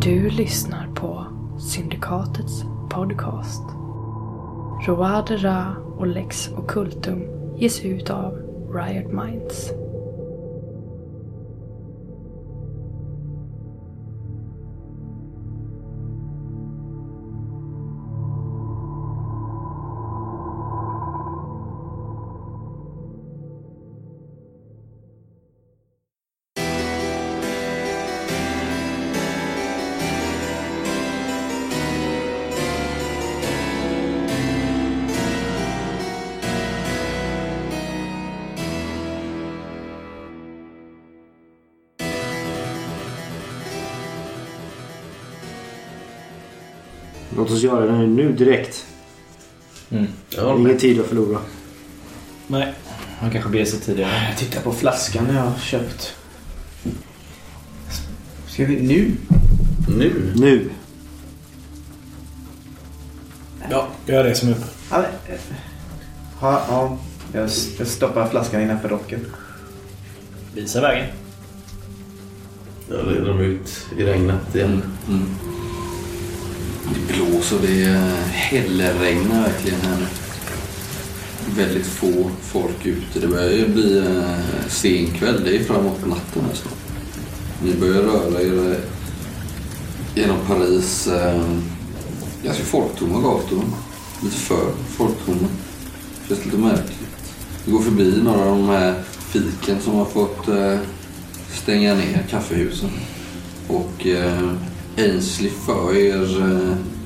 Du lyssnar på Syndikatets podcast. Roadera och Lex Occultum ges ut av Riot Minds. Låt oss göra det nu direkt. Ingen tid att förlora. Nej, han kanske blir så tidigare. Jag tittar på flaskan jag har köpt. Ska vi nu? Ja, gör det som är uppe. Ja, jag stoppar flaskan innanför rocken. Visa vägen. Jag leder dem ut i regnet igen. Det blåser, det hällregnar verkligen här nu. Väldigt få folk ute. Det börjar ju bli sen kväll. Det är framåt natten här snart. Ni börjar röra er genom Paris. Ganska folktomma gator. Lite för folktomma. Det känns lite märkligt. Vi går förbi några av de här fiken som har fått stänga ner kaffehusen. Och Ainsley för er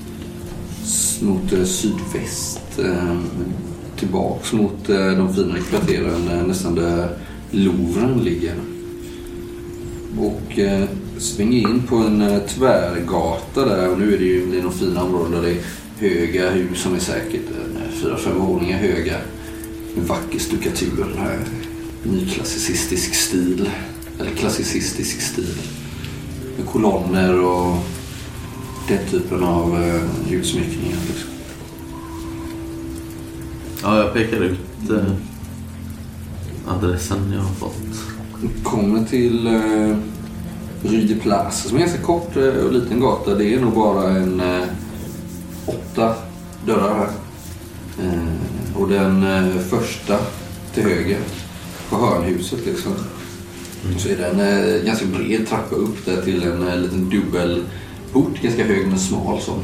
mot sydväst, tillbaks mot de fina kvarteren nästan där Louvren ligger. Och svänger in på en tvärgata där, och nu är det ju några fina områden där det är höga hus som är säkert 4-5 våningar höga. En vacker stuckatur här, nyklassicistisk stil, eller klassicistisk stil. Med kolonner och den typen av utsmyckningar liksom. Ja, jag pekar ut adressen jag har fått. Kommer till Rue de Place, som är ganska kort och liten gata. Det är nog bara en 8 dörrar här. Och den första till höger på hörnhuset liksom. Så är det en ganska bred trappa upp där till en liten dubbelport, ganska hög men smal sån.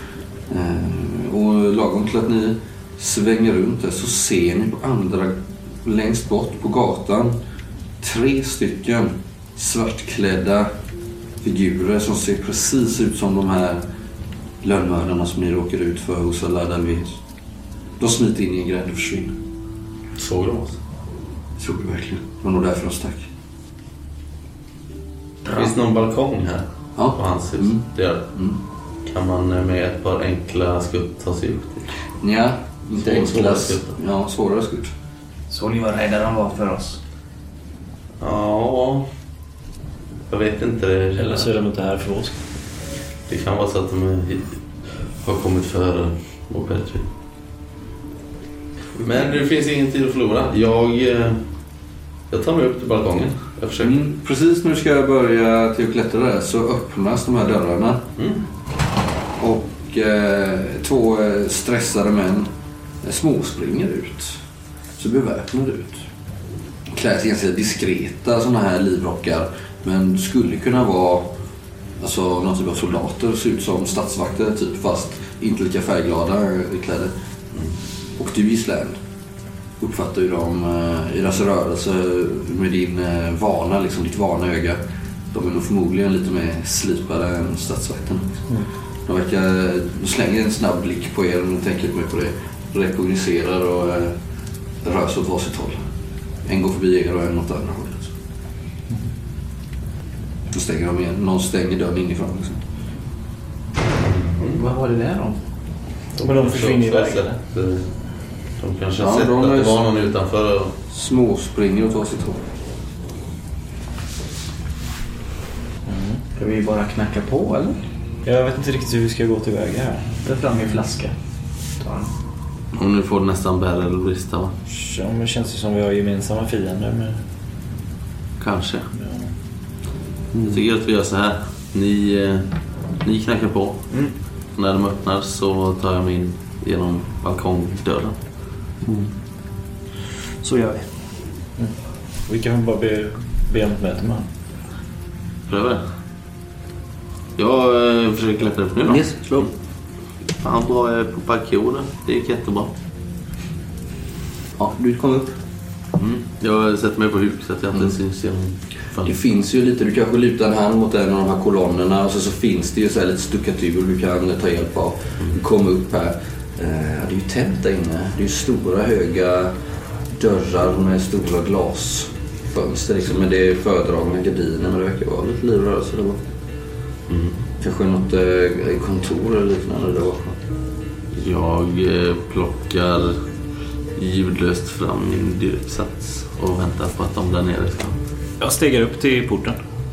Och lagom till att ni svänger runt där så ser ni på andra, längst bort på gatan, 3 stycken svartklädda figurer som ser precis ut som de här lönnmördarna som ni råkar ut för hos Aladalvis. De smiter in i en gränd och försvinner. Såg de oss? Såg du verkligen? Det var nog därför de stack. Finns det någon balkong här? Ja. På hans hus? Kan man med ett par enkla skutt ta sig ut? Ja, inte enkla skutt. Ja, svårare skutt. Såg ni vad rädda de var för oss? Ja, jag vet inte det. Eller så är de inte här för oss. Det kan vara så att de har kommit före och bättre. Men det finns ingen tid att förlora. Jag tar mig upp till balkongen. Jag försöker. Precis när du ska börja till att klättra där så öppnas de här dörrarna. Och 2 stressade män småspringer ut. Så beväpnade ut. Klär sig ganska diskreta sådana här livrockar. Men skulle kunna vara alltså, någon typ av soldater. Ser ut som stadsvakter typ, fast inte lika färgglada kläder. Och du Island uppfattar ju dem i deras rörelse med din vana, liksom ditt vana öga. De är nog förmodligen lite mer slipade än stadsvakterna. De slänger en snabb blick på er och tänker inte mer på det. Rekogniserar och rör sig åt varsitt håll. En går förbi er och en åt andra hållet. Då stänger de igen. Någon stänger dörren inifrån liksom. Vad var det där om? Men de försvinner iväg. De kanske har sett att det var någon utanför. Små springer åt varsitt håll. Ska vi bara knacka på eller? Jag vet inte riktigt hur vi ska gå tillväga här. Ta fram min flaska. Ta den. Om nu får nästan bära eller brista, va? Ja, men det känns ju som vi har gemensamma fiender. Men... Kanske. Ja. Jag tycker att vi gör så här. Ni Ni knackar på. När de öppnar så tar jag mig in genom balkongdörren. Så gör vi. Vi kan bara be om ett möte med honom. Pröva. Jag försöker klättra upp nu då. Yes, slå. Fan, bra jag är på parkour. Det gick jättebra. Ja, du kom upp. Jag sätter mig på huk så att jag inte syns genom fönstret. Det finns ju lite, du kanske lutar en hand mot en av de här kolonnerna och så finns det ju så här lite stuckatur du kan ta hjälp av. Du kommer upp här. Det är ju tänt där inne. Det är ju stora höga dörrar med stora glasfönster liksom. Men det är fördragna gardiner, men det verkar vara lite livrörelse där bak. Kanske något kontor eller liknande där bak. Jag plockar ljudlöst fram min dyrksats och väntar på att de där nere ska. Jag stegar upp till porten.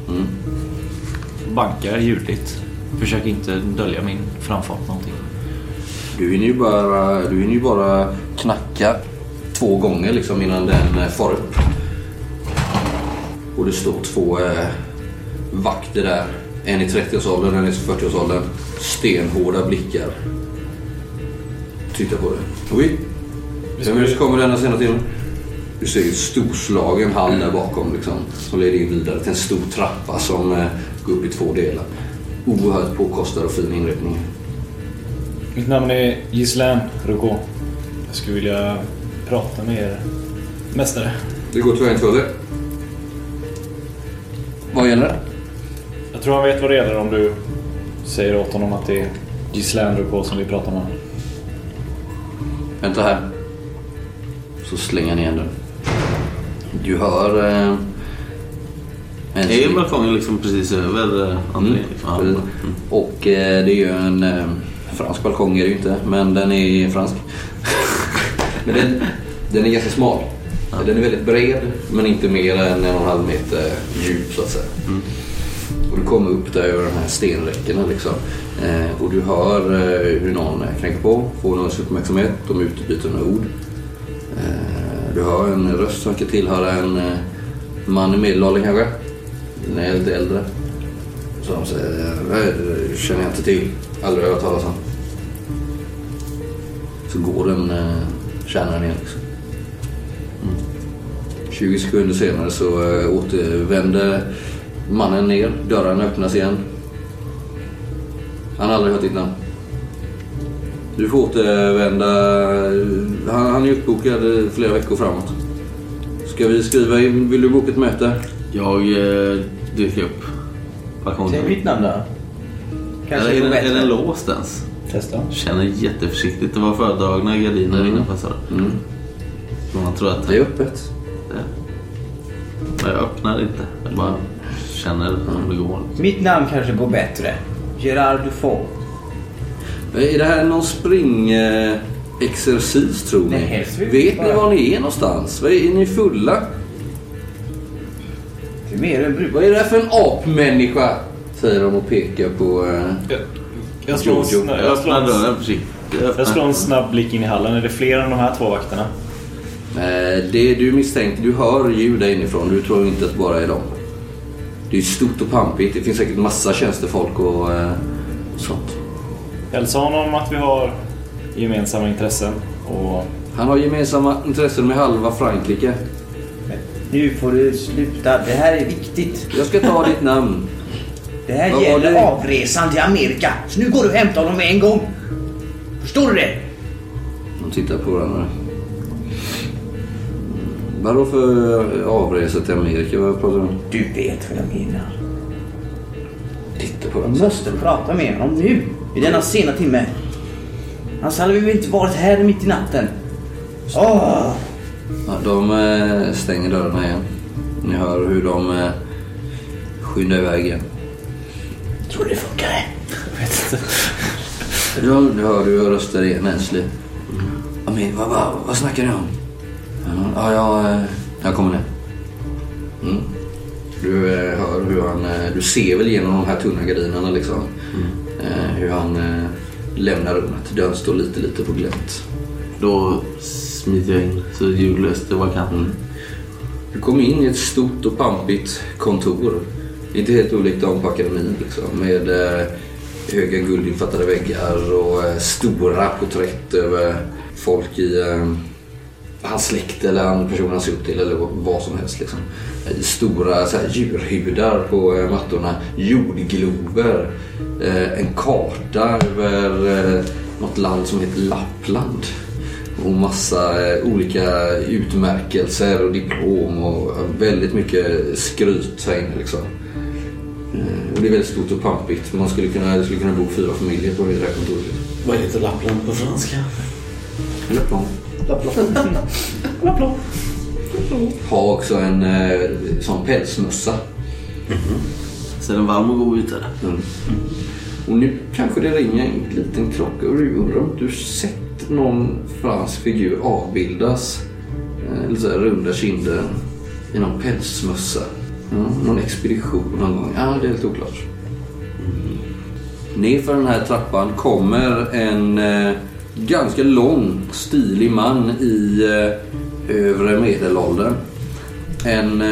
Bankar ljudligt. Försöker inte dölja min framfart någonting. Du hinner ju bara knacka 2 gånger liksom innan den far upp. Och det står 2 vakter där. En i 30-årsåldern, en i 40-årsåldern. Stenhårda blickar. Titta på det. Oj. Vem kommer denna senare till? Du ser ju storslagen hall där bakom liksom, som leder in vidare till en stor trappa som går upp i 2 delar. Oerhört påkostad och fin inredning. Mitt namn är Ghislain Roucault. Jag skulle vilja prata med er mästare. Det går tyvärr inte för det. Vad gäller det? Jag tror han vet vad det gäller om du säger åt honom att det är Ghislain Roucault som vi pratar med. Vänta här. Så slänger han igen den. Du hör är balkongen liksom precis över André? Och det är ju en fransk balkong är det ju inte, men den är fransk. Men den är ganska smal. Den är väldigt bred, men inte mer än 1,5 meter djup så att säga. Och du kommer upp där över de här stenräckena liksom. Och du hör hur någon knäcker på, får någons uppmärksamhet, de utbyter några ord. Du hör en röst som kan tillhöra en man i medelåldern kanske. Den är lite äldre. Så de säger, det känner jag inte till. Aldrig hört talas om. Så går den kärnan igen liksom. 20 sekunder senare så återvänder mannen ner. Dörren öppnas igen. Han har aldrig hört ditt namn. Du får återvända. Han är uppbokad flera veckor framåt. Ska vi skriva in? Vill du boka ett möte? Jag dyker upp balkongen. Säg mitt namn då. Kanske är den låst ens? Testa. Känner jätteförsiktigt. Det var fördragna gardiner innanför. Man tror att det är öppet. Men jag öppnar inte. Jag bara känner om det går. Mitt namn kanske går bättre. Gerard Dufault. Är det här någon springexercis tror ni? Nej, vet ni var ni är någonstans? Är ni fulla? Det är mer än bruk. Vad är det här för en apmänniska? Säger de och pekar på Jag slår en snabb blick in i hallen. Är det fler än de här 2 vakterna? Det du misstänker, du hör ljud där inifrån. Du tror inte att det bara är dem. Det är stort och pampigt. Det finns säkert massa tjänstefolk och sånt. Hälsa honom att vi har gemensamma intressen. Och... Han har gemensamma intressen med halva Frankrike. Nu får du sluta. Det här är viktigt. Jag ska ta ditt namn. Det här gäller avresan till Amerika. Så nu går du och hämtar honom en gång. Förstår du det? De tittar på varandra. Vadå för avresa till Amerika? Vad pratar du om? Du vet vad jag menar. Titta på Jag dem. måste prata med honom nu. I denna sena timme. Annars hade vi väl inte varit här mitt i natten. Ja, de stänger dörrarna igen. Ni hör hur de skyndar iväg igen. Tror det funkar det? Jag vet inte. Ja, du hör hur jag röstar igen Nestle. Ja, men vad snackar ni om? Jag kommer ner. Du hör hur han... Du ser väl genom de här tunna gardinerna liksom. Hur han lämnar rummet. Dörren står lite på glänt. Då smiter jag in så ljudlöst det var kan. Du kommer in i ett stort och pampigt kontor. Inte helt olikt de på akademin liksom. Med höga guldinfattade väggar och stora porträtt över folk i hans släkt eller andra personer han ser upp till eller vad som helst liksom. Stora så här, djurhudar på mattorna, jordglober, en karta över något land som heter Lappland och massa olika utmärkelser och diplom och väldigt mycket skryt här inne liksom. Och det är väldigt stort och pampigt. Det skulle kunna bo 4 familjer på det här kontoret. Vad heter Lappland på franska? Lappland. Har också en sån pälsmössa. Så är den varm och god ute där. Och nu kanske det ringer en liten klocka och du undrar om du sett någon fransk figur avbildas eller så här runda kinder i någon pälsmössa. Någon expedition någon gång. Ja, det är helt oklart. Nerför den här trappan kommer en ganska lång, stilig man i övre medelåldern. En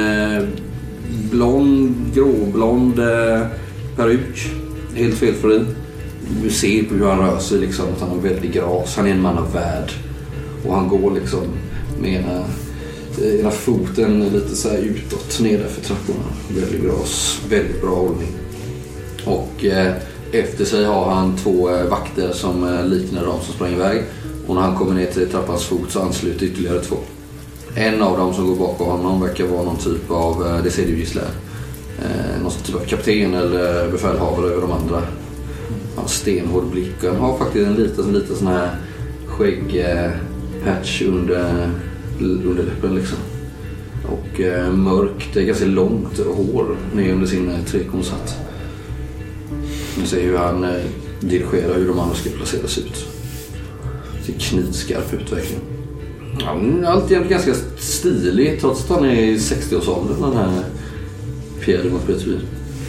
gråblond peruk. Helt felfri. Du ser på hur han rör sig liksom, att han har väldigt gras. Han är en man av värld. Och han går liksom med ena foten lite så här utåt nedanför trapporna. Väldigt gras, väldigt bra hållning. Och efter sig har han 2 vakter som liknar de som sprang iväg. Och när han kommer ner till trappans fot så ansluter ytterligare 2. En av dem som går bakom honom verkar vara någon typ av, det ser du gissla, någon typ av kapten eller befälhavare över de andra. Han har stenhård blick och han har faktiskt en liten sån här skäggpatch under läppen liksom. Och mörkt, det är ganska långt hår ner under sin trekornshatt. Nu ser hur han dirigerar hur de andra ska placeras ut. Det ser knivskarp ut verkligen. Allt är ganska stilig trots att han är i 60-årsåldern, den här Pierre de Maupertuis.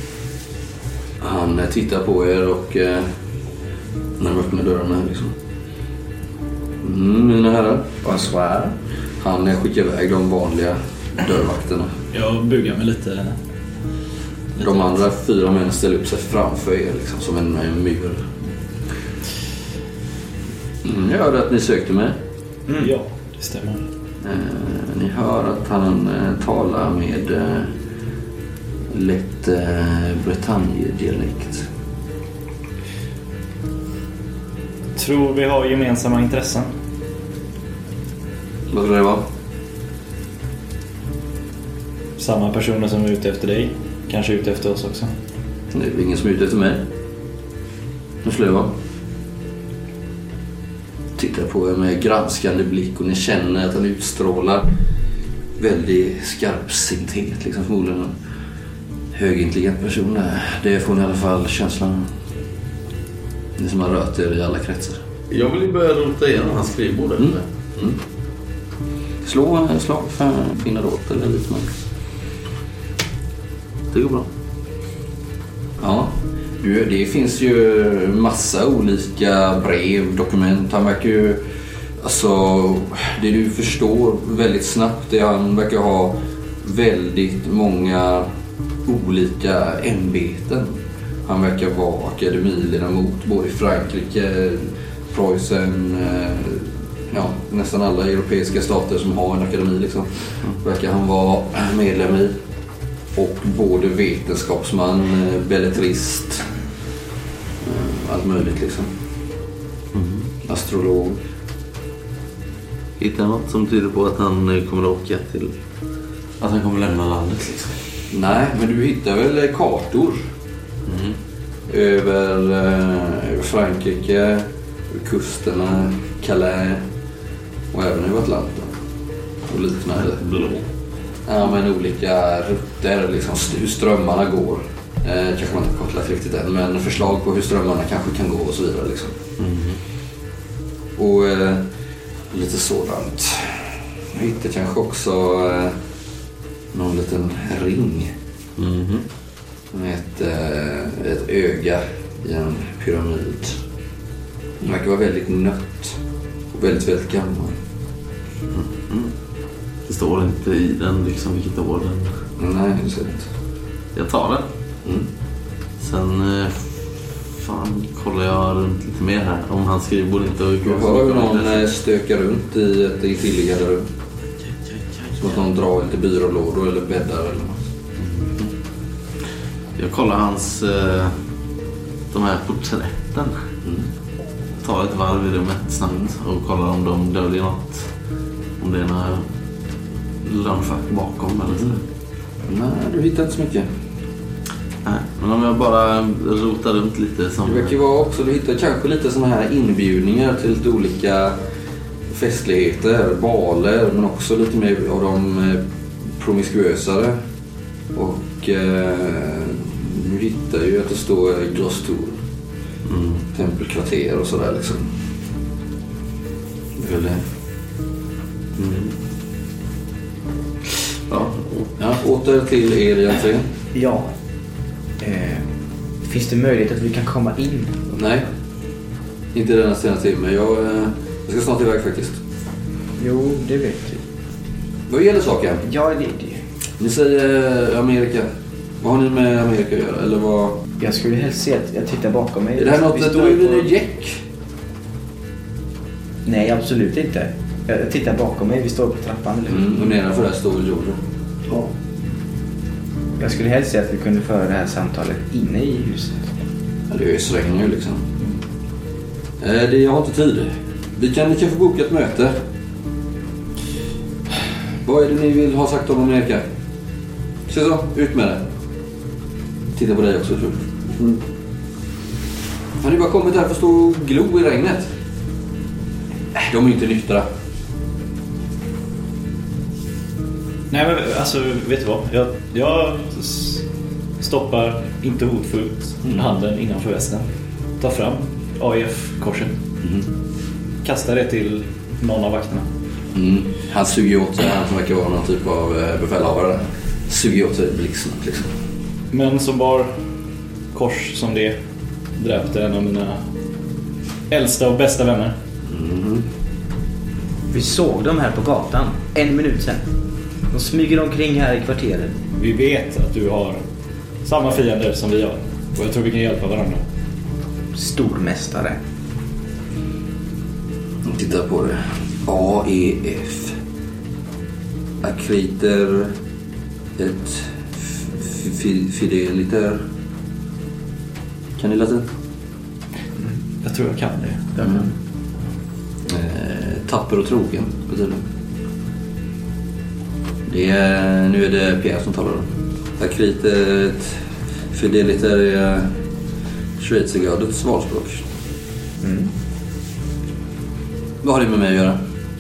Han tittar på er och när de öppnar dörrarna liksom. Mina herrar. Bonsoir. Han skickar iväg de vanliga dörrvakterna. Jag bugar mig lite. De andra 4 männen ställer upp sig framför er liksom, som en mur. Jag hörde att ni sökte mig. Ja, det stämmer. Ni hör att han talar med lätt Bretagne-dialekt. Tror vi har gemensamma intressen. Vad ska det vara? Samma personer som är ute efter dig. Kanske ute efter oss också. Det är ingen som är ute efter mig. Nu skulle det vara. Tittar på er med granskande blick och ni känner att han utstrålar väldigt skarpsinthet. Liksom förmodligen en högintelligent person. Det får ni i alla fall känslan. Ni som har rört er i alla kretsar. Jag vill ju börja rota igenom hans skrivbord. Slå en slag för finna råd eller liknande. Det går bra. Ja, det finns ju massa olika brev, dokument. Han verkar ju, alltså det du förstår väldigt snabbt är han verkar ha väldigt många olika ämbeten. Han verkar vara akademiledamot både i Frankrike, Preussen, nästan alla europeiska stater som har en akademi liksom. Verkar han vara medlem i. Och både vetenskapsman, belletrist, allt möjligt liksom. Astrolog. Hittar något som tyder på att han kommer att åka till... Att han kommer lämna landet liksom? Nej, men du hittar väl kartor över Frankrike, över kusterna, Calais och även över Atlanten och liknande. Ja, men olika rutter, liksom hur strömmarna går. Kanske man inte kopplat riktigt än, men förslag på hur strömmarna kanske kan gå och så vidare liksom. Och lite sådant. Jag hittar kanske också någon liten ring med ett öga i en pyramid. Den verkar vara väldigt nött och väldigt, väldigt gammal. Det står inte i den liksom vilket år den... Nej, det ser inte. Jag tar den. Sen fan kollar jag runt lite mer här. Om hans skrivbord inte går. Jag hör hur någon stökar runt i ett intilliggande rum. Som att någon drar lite byrålådor eller bäddar eller något. Jag kollar hans de här porträtten. Tar ett varv i rummet snabbt och kollar om de döljer något. Om det är några lönnfack bakom eller så. Nej, du hittar inte så mycket. Nej, men om jag bara rotar runt lite som... Det verkar ju vara också, du hittar kanske lite såna här inbjudningar till lite olika festligheter, baler, men också lite mer av de promiskuösare. Och du hittar ju att det står Grostur, tempelkvarter och sådär liksom. Det är väl det. Ja, åter till er egentligen. Ja. Finns det möjlighet att vi kan komma in? Nej, inte denna senaste timmen. Jag ska snart iväg faktiskt. Jo, det vet jag. Vad gäller saken? Ja, det. Ni säger Amerika. Vad har ni med Amerika att göra? Eller vad? Jag skulle helst se att jag tittar bakom mig. Är det här något att du är vid en jäck? Nej, absolut inte. Jag tittar bakom mig. Vi står på trappan. Och nedanför där står Jordan. Ja. Jag skulle helst se att vi kunde föra det här samtalet inne i huset. Ja, det är ju sväng nu liksom. Jag har inte tid. Vi kan få boka ett möte. Vad är det ni vill ha sagt om Amerika? Så, ut med det. Titta på dig också, tror jag. Har ni bara kommit här för att stå och glo i regnet? De är ju inte nyktra. Nej, men alltså, vet du vad? Jag stoppar inte hotfullt handen innanför västen. Tar fram AIF-korset. Kastar det till någon av vakterna. Han suger åt sig, han som verkar vara någon typ av befälhavare. Suger åt sig blixtsnabbt liksom. Men som bar kors som det dräpte en av mina äldsta och bästa vänner. Vi såg dem här på gatan 1 minut sedan. De smyger omkring här i kvarteren. Vi vet att du har samma fiender som vi har. Och jag tror vi kan hjälpa varandra. Stormästare. Titta på det. AEF. Akriter. Ett fideliter. Kan ni latin? Jag tror jag kan det. Tapper och trogen betyder det. Nu är det Pierre som talar om. Akriter. Fideliter är schweizergardets valspråk. Vad har det med mig att göra?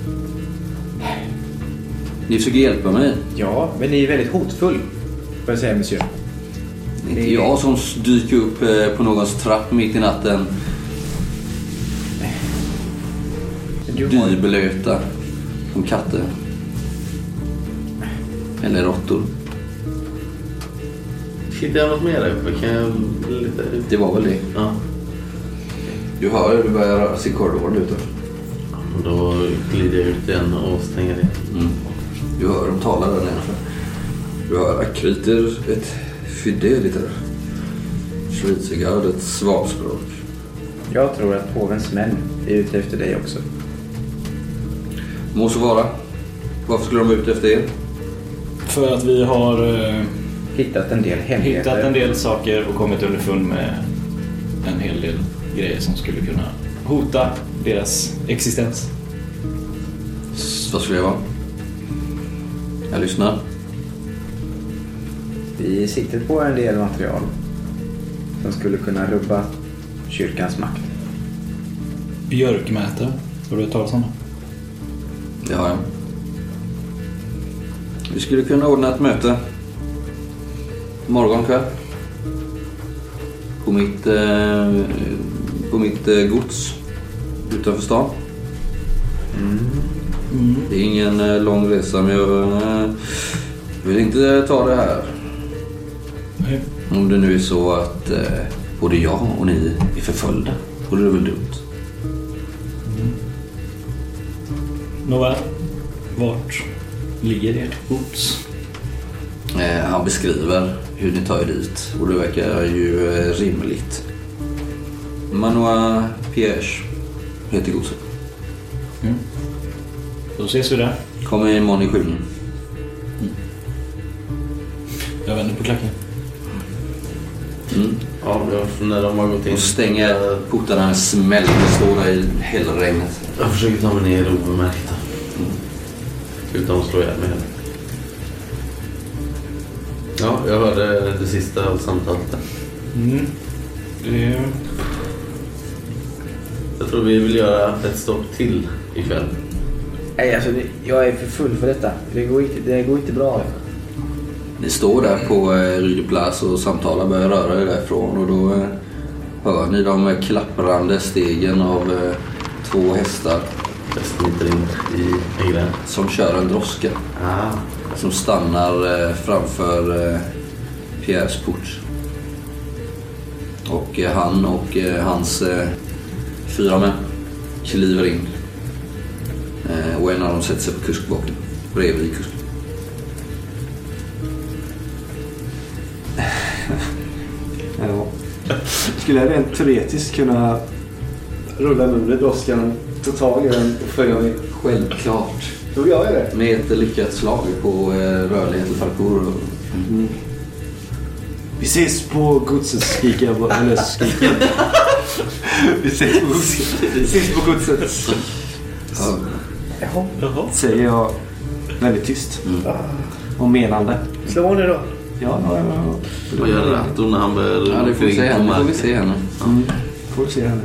Ni försöker hjälpa mig. Ja, men ni är väldigt hotfull, får jag säga, monsieur. Det är inte jag som dyker upp på någons trapp mitt i natten. Dyblöta som katter. Eller råttor. Hittar jag något mer där uppe? Kan jag lite... Det var väl det. Ja. Du hör hur det börjar röra sig i korridoren ute. Då glider jag ut igen och stänger det. Du hör dem tala där nedanför. Du hör akriter, ett fideliter. Schweizergardets svalspråk. Jag tror att påvens män är ute efter dig också. Må så vara. Varför skulle de vara ute efter er? För att vi har hittat en del hemligheter. Hittat en del saker och kommit underfund med en hel del grejer som skulle kunna hota deras existens. Vad skulle det vara? Jag lyssnar. Vi sitter på en del material som skulle kunna rubba kyrkans makt. Björkmätare. Har du hört talas om det? Det har jag. Vi skulle kunna ordna ett möte morgon kväll på mitt gods utanför stan. Det är ingen lång resa, men jag vill inte ta det här. Nej. Om det nu är så att både jag och ni är förföljda, vore det väl dumt. Nåväl, vart ligger ert gods? Han beskriver hur ni tar er dit och det verkar ju rimligt. Manoa Piège heter godset. Då ses vi där. Kommer imorgon i 7. Jag vänder på klacken. Ja, när de har gått in. Och stänger portarna, smäller och står där i hällregnet. Jag försöker ta mig ner obemärkt. Utan att slå ihjäl mig heller. Ja, jag hörde det sista av samtalet där. Jag tror vi vill göra ett stopp till ikväll. Nej, alltså jag är för full för detta. Det går inte bra. Ni står där på Rue de Place och samtalar, börjar röra er därifrån. Och då hör ni de klapprande stegen av 2 hästar. Jag smiter in i ägaren. Som kör en droska. Som stannar framför Pierres port. Och han och hans 4 män kliver in. Och en av dem sätter sig på kuskbaken. Bredvid kusken. Ja. Skulle jag rent teoretiskt kunna rulla under droskan, ta tag i den och följa mig? Självklart. Då gör jag det. Med ett lyckat slag på rörlighet och parkour. Vi ses på godset, skriker jag. Eller skriker. Vi ses på godset. Jaha. Säger jag väldigt tyst. Och menande. Slå nu då. Ja. Vad gör Ratto när han börjar... Ja, det får vi se henne. Får vi se henne. Får vi se henne.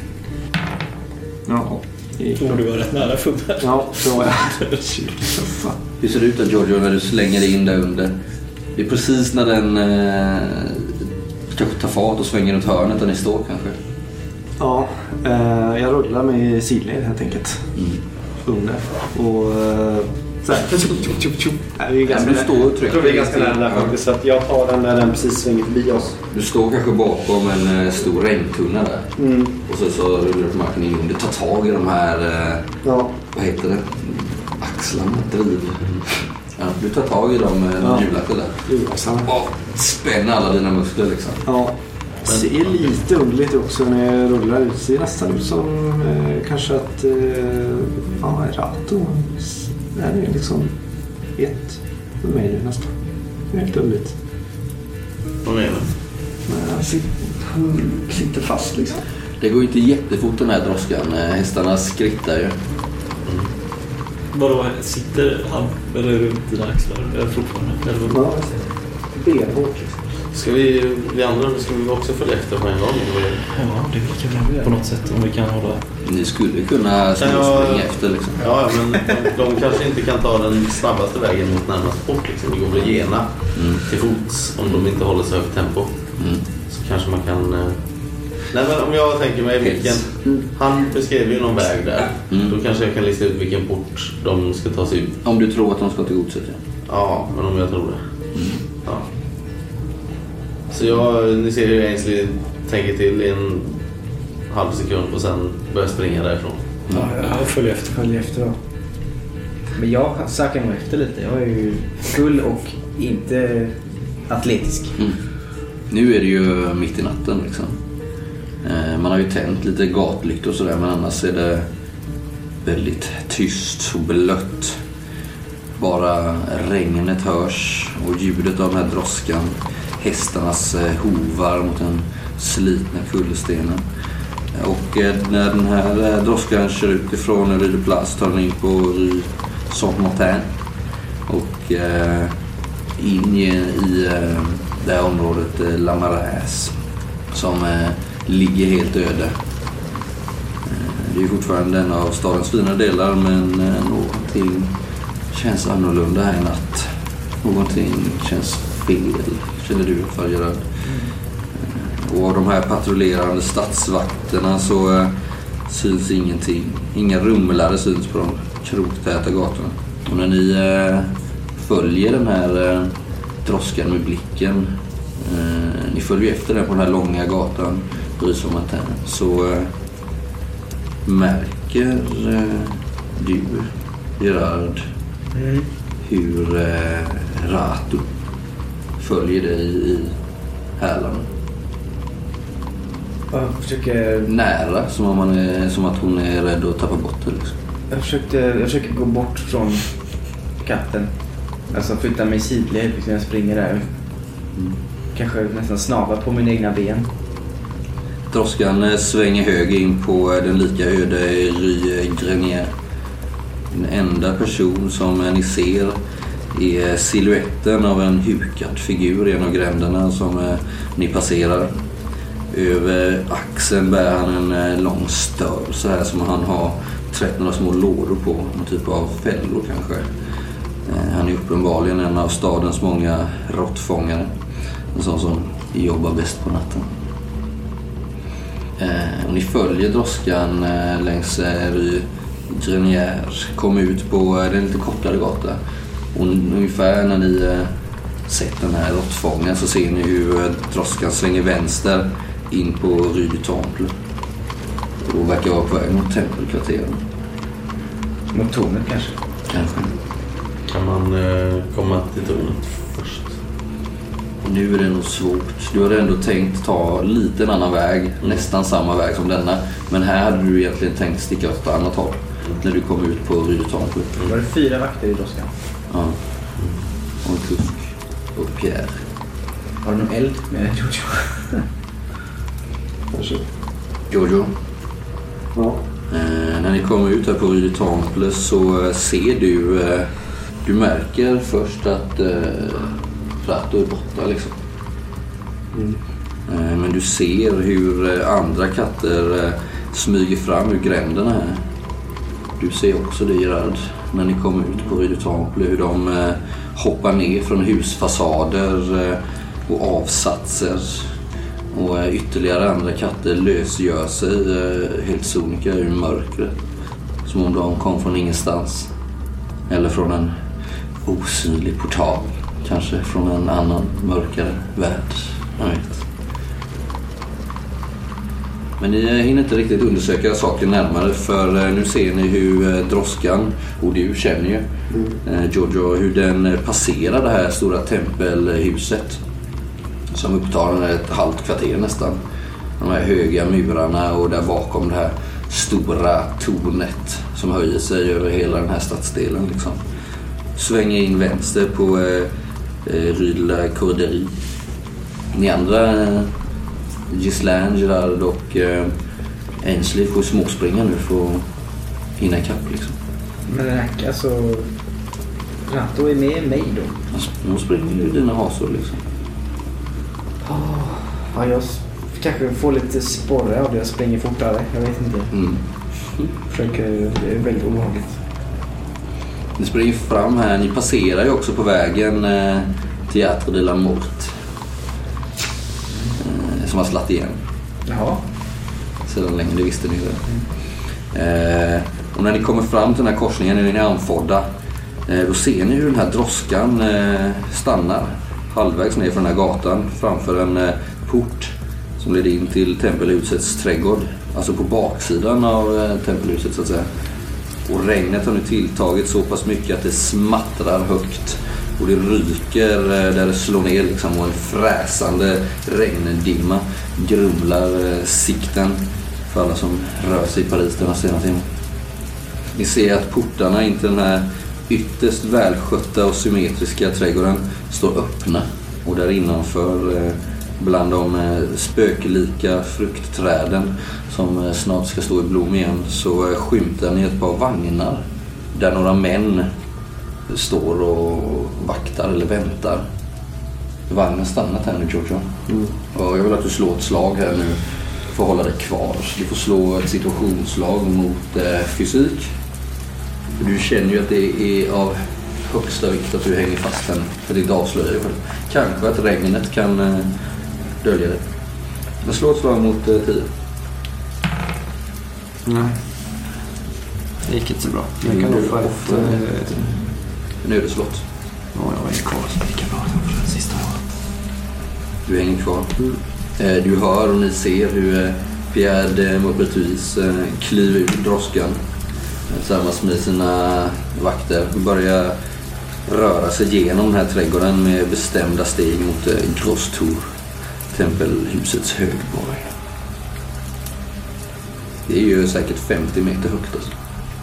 Ja. Du var rätt nära fubben. Ja, så är jag. Hur ser det ut då, Giorgio, när du slänger dig in där under? Det är precis när den tar fart och svänger runt hörnet där ni står kanske. Ja, jag rullar med sidled helt enkelt. Under. Och så här. Vi är ganska jag tror vi är ganska nära där faktiskt. Så att jag tar den när den precis svänger förbi oss. Du står kanske bakom en stor regntunna där. Och så rullar du på marken in under. Tar tag i de här, vad heter det? Axlarna, driv. Ja, du tar tag i dem hjulaxlar där. Och spänner alla dina muskler liksom. Ja. Det ser lite underligt också när jag rullar ut. Det ser nästan ut som kanske att Ratto. Det här är liksom ett för mig nu nästan. Det är helt underligt. Vad menar du? Han sitter fast liksom. Det går inte jättefort den här droskan. Hästarna skrittar ju. Vadå, sitter han eller runt dina axlar? Eller fortfarande? Eller ja, benhårt liksom. Ska vi andra ska vi också följa efter på en gång? Ja, det kan vi på något sätt om vi kan hålla... Ni skulle kunna springa efter liksom. Ja, men de kanske inte kan ta den snabbaste vägen mot närmast port liksom. Det går väl gena till fots om de inte håller sig högt tempo. Så kanske man kan... Nej, men om jag tänker mig vilken... Han beskrev ju någon väg där. Då kanske jag kan lista ut vilken port de ska ta sig ut. Om du tror att de ska till godset, ja. Ja, men om jag tror det. Ja. Så ni ser hur Ainsley tänker till i en halv sekund och sen börjar springa därifrån. Ja, jag följer efter då. Men jag söker nog efter lite. Jag är ju full och inte atletisk. Nu är det ju mitt i natten liksom. Man har ju tänt lite gatlykt och sådär, men annars är det väldigt tyst och blött. Bara regnet hörs och ljudet av den här droskan. Hästarnas hovar mot den slitna kullerstenen. Och när den här droskan kör ut ifrån Rue de Place tar den in på Rue Saint-Martin och in i det här området La Maraise som ligger helt öde. Det är fortfarande en av stadens fina delar, men någonting känns annorlunda här i natt. Någonting känns fel. Känner du för Gerard? Och av de här patrullerande stadsvakterna så syns ingenting. Inga rumlare syns på de kroktäta gatorna. Och när ni följer den här droskan med blicken, ni följer efter den på den här långa gatan så märker du, Gerard, hur Ratto följer dig i hälarna. Jag försöker... Nära, som att hon är rädd att tappa bort det liksom. Jag försöker gå bort från katten. Alltså flytta mig sidled liksom jag springer där. Kanske nästan snava på mina egna ben. Droskan svänger höger in på den lika öde Rue Grenier. Den enda person som ni ser är siluetten av en hukad figur i en av gränderna som ni passerar. Över axeln bär han en lång stör så här som han har trätt några små lådor på, någon typ av fällor kanske. Han är uppenbarligen en av stadens många råttfångare. En sån som jobbar bäst på natten. Och ni följer droskan längs Rue Grenier, kom ut på den lite kortare gata. Och ungefär när ni sett den här råttfångaren så ser ni hur droskan svänger vänster in på Rue du Temple. Och verkar vara på väg mot tempelkvarteren. Mot tornet kanske? Kanske. Kan man komma till tornet först? Nu är det nog svårt. Du hade ändå tänkt ta lite en annan väg, nästan samma väg som denna. Men här hade du egentligen tänkt sticka åt ett annat håll när du kom ut på Rue du Temple. Var det 4 vakter i droskan? Ja. Och en kusk. Och Pierre. Har du någon eld med Jojo? Kanske. Jojo. Ja. När ni kommer ut här på Rue du Temple så ser du märker först att Prato är borta liksom. Men du ser hur andra katter smyger fram ur gränderna här. Du ser också det, Gerard, när ni kommer ut på Rue du Temple, hur de hoppar ner från husfasader och avsatser. Och ytterligare andra katter lösgör sig helt sonika ur mörkret. Som om de kom från ingenstans. Eller från en osynlig portal. Kanske från en annan mörkare värld. Jag vet. Men ni hinner inte riktigt undersöka saken närmare. För nu ser ni hur droskan, och du känner ju Jojo, hur den passerar det här stora tempelhuset. Som upptar ett halvt kvarter nästan. De här höga murarna och där bakom det här stora tornet som höjer sig över hela den här stadsdelen liksom. Svänger in vänster på Rue de la Corderie. Ni andra, Ghislaine, Gerard och Ainsley får småspringa nu för att hinna ikapp liksom. Men alltså Prato är med mig då? Hon springer ju dina hasor liksom. Ja, jag kanske får lite sporre av det. Jag springer fortare, jag vet inte. Det är väldigt obehagligt. Ni springer fram här. Ni passerar ju också på vägen Théâtre de la Mort. Som har slatt igen. Jaha. Sedan länge, det visste ni det. Och när ni kommer fram till den här korsningen, när ni är anfodda, då ser ni hur den här droskan stannar halvvägs ner från den här gatan framför en port som leder in till tempelhusets trädgård. Alltså på baksidan av tempelhuset så att säga. Och regnet har nu tilltagit så pass mycket att det smattrar högt. Och det ryker där det slår ner liksom, och en fräsande regndimma grumlar sikten för alla som rör sig i Paris den här senaste timmen. Ni ser att portarna in till den här ytterst välskötta och symmetriska trädgården står öppna. Och där innanför bland de spöklika fruktträden som snart ska stå i blom igen så skymtar ni ett par vagnar där några män står och vaktar eller väntar. Vagnen stannat här nu, Jojo. Och jag vill att du slår ett slag här nu för att hålla dig kvar. Du får slå ett situationsslag mot fysik. Du känner ju att det är av högsta vikt att du hänger fast här. För det avslöjar ju. Kanske att regnet kan dölja det. Men slå ett slag mot 10. Nej. Det gick inte så bra. Jag kan nog få ett nödeslott. Ja, jag är kvar så lika bra som för den sista året. Du hänger kvar. Du hör och ni ser hur Pierre de Maupertuis kliver ut droskan tillsammans med sina vakter och börjar röra sig genom den här trädgården med bestämda steg mot Gros Tour, tempelhusets högborg. Det är ju säkert 50 meter högt alltså.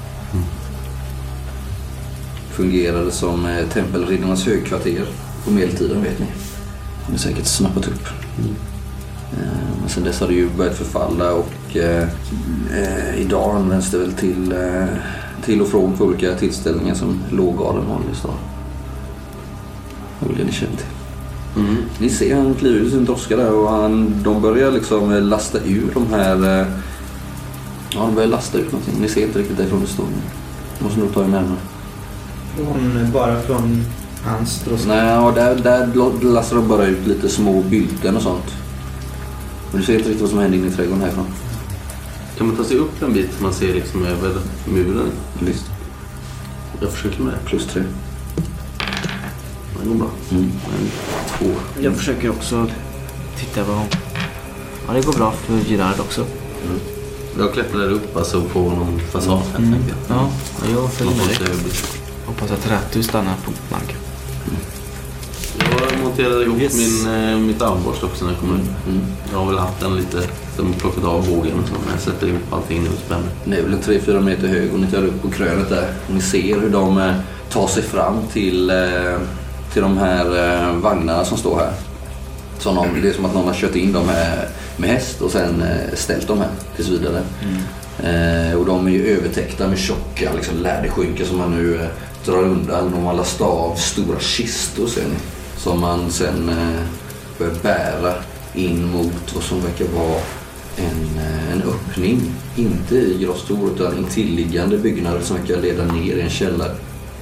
Fungerade som tempelriddarnas högkvarter på medeltiden, vet ni. Det är säkert snappat upp. Men sen dess har det ju börjat förfalla och idag används det väl till och från för olika tillställningar som låggarden vanligtvis då. Det är väl det ni känner till. Ni ser han kliver ut sin droska där och de börjar liksom lasta ur de här de börjar lasta ut någonting. Ni ser inte riktigt därifrån det står. Måste nog ta er närmare. Bara från hans droska? Nej, och där lastar de bara ut lite små bylten och sånt. Men du ser inte riktigt vad som händer inne i trädgården härifrån. Kan man ta sig upp en bit så man ser liksom över muren? Visst. Jag försöker med det. +3. Det går bra. 2. Jag försöker också titta på. Ja, det går bra för Girard också. Jag klättrar upp alltså på någon fasad här, tänker jag. Ja, jag följer med dig. dig. Hoppas att Rattu stannar på marken. Jag monterade ihop mitt armborst också när jag kommer ut. Jag har väl haft den lite som plockat av bågen och så, men jag sätter ihop allting nu och spänner. Den är väl 3-4 meter hög och ni tar upp på krönet där. Och ni ser hur de tar sig fram till de här vagnarna som står här. Det är som att någon har kört in dem med häst och sen ställt dem här tills vidare. Och de är ju övertäckta med tjocka liksom, läderskynken som man nu drar undan. Och man lastar av stora kistor sen, som man sen börjar bära in mot vad som verkar vara en öppning. Inte i Grostor utan intilliggande byggnader som verkar leda ner i en källare.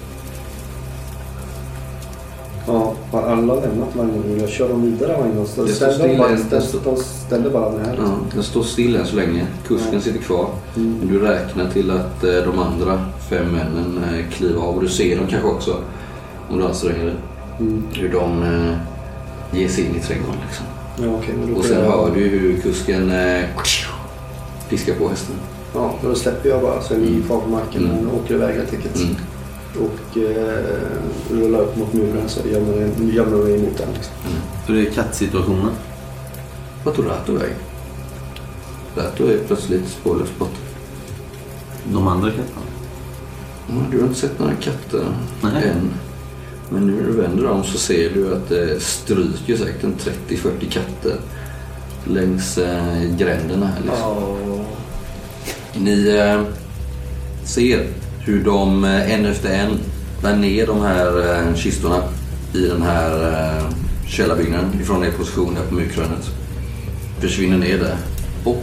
Ja, har alla lämnat vagnen? Jag kör dem vidare vagnen. De ställer bara den här. Ja, den står still än så länge. Kusken sitter kvar. Men du räknar till att de andra 5 männen kliver av. Och du ser dem kanske också om du anstränger dig. Hur de ger sig in i trädgården liksom. Ja, okay, och sen hör du hur kusken piskar på hästen. Ja, då släpper jag bara så jag far på marken och åker iväg helt enkelt. Och rullar upp mot muren så gömmer mig emot den liksom. Så det är kattsituationen? Vad tog Ratto väg? Ratto är plötsligt spårlöst bort. De andra katterna? Du har inte sett några katter än. Men nu när du vänder om så ser du att det stryker säkert en 30-40 katter längs gränderna här liksom. Ni ser hur de en efter en bär ner de här kistorna i den här källarbyggnaden ifrån er position där på murkrönet. Försvinner ner där. Och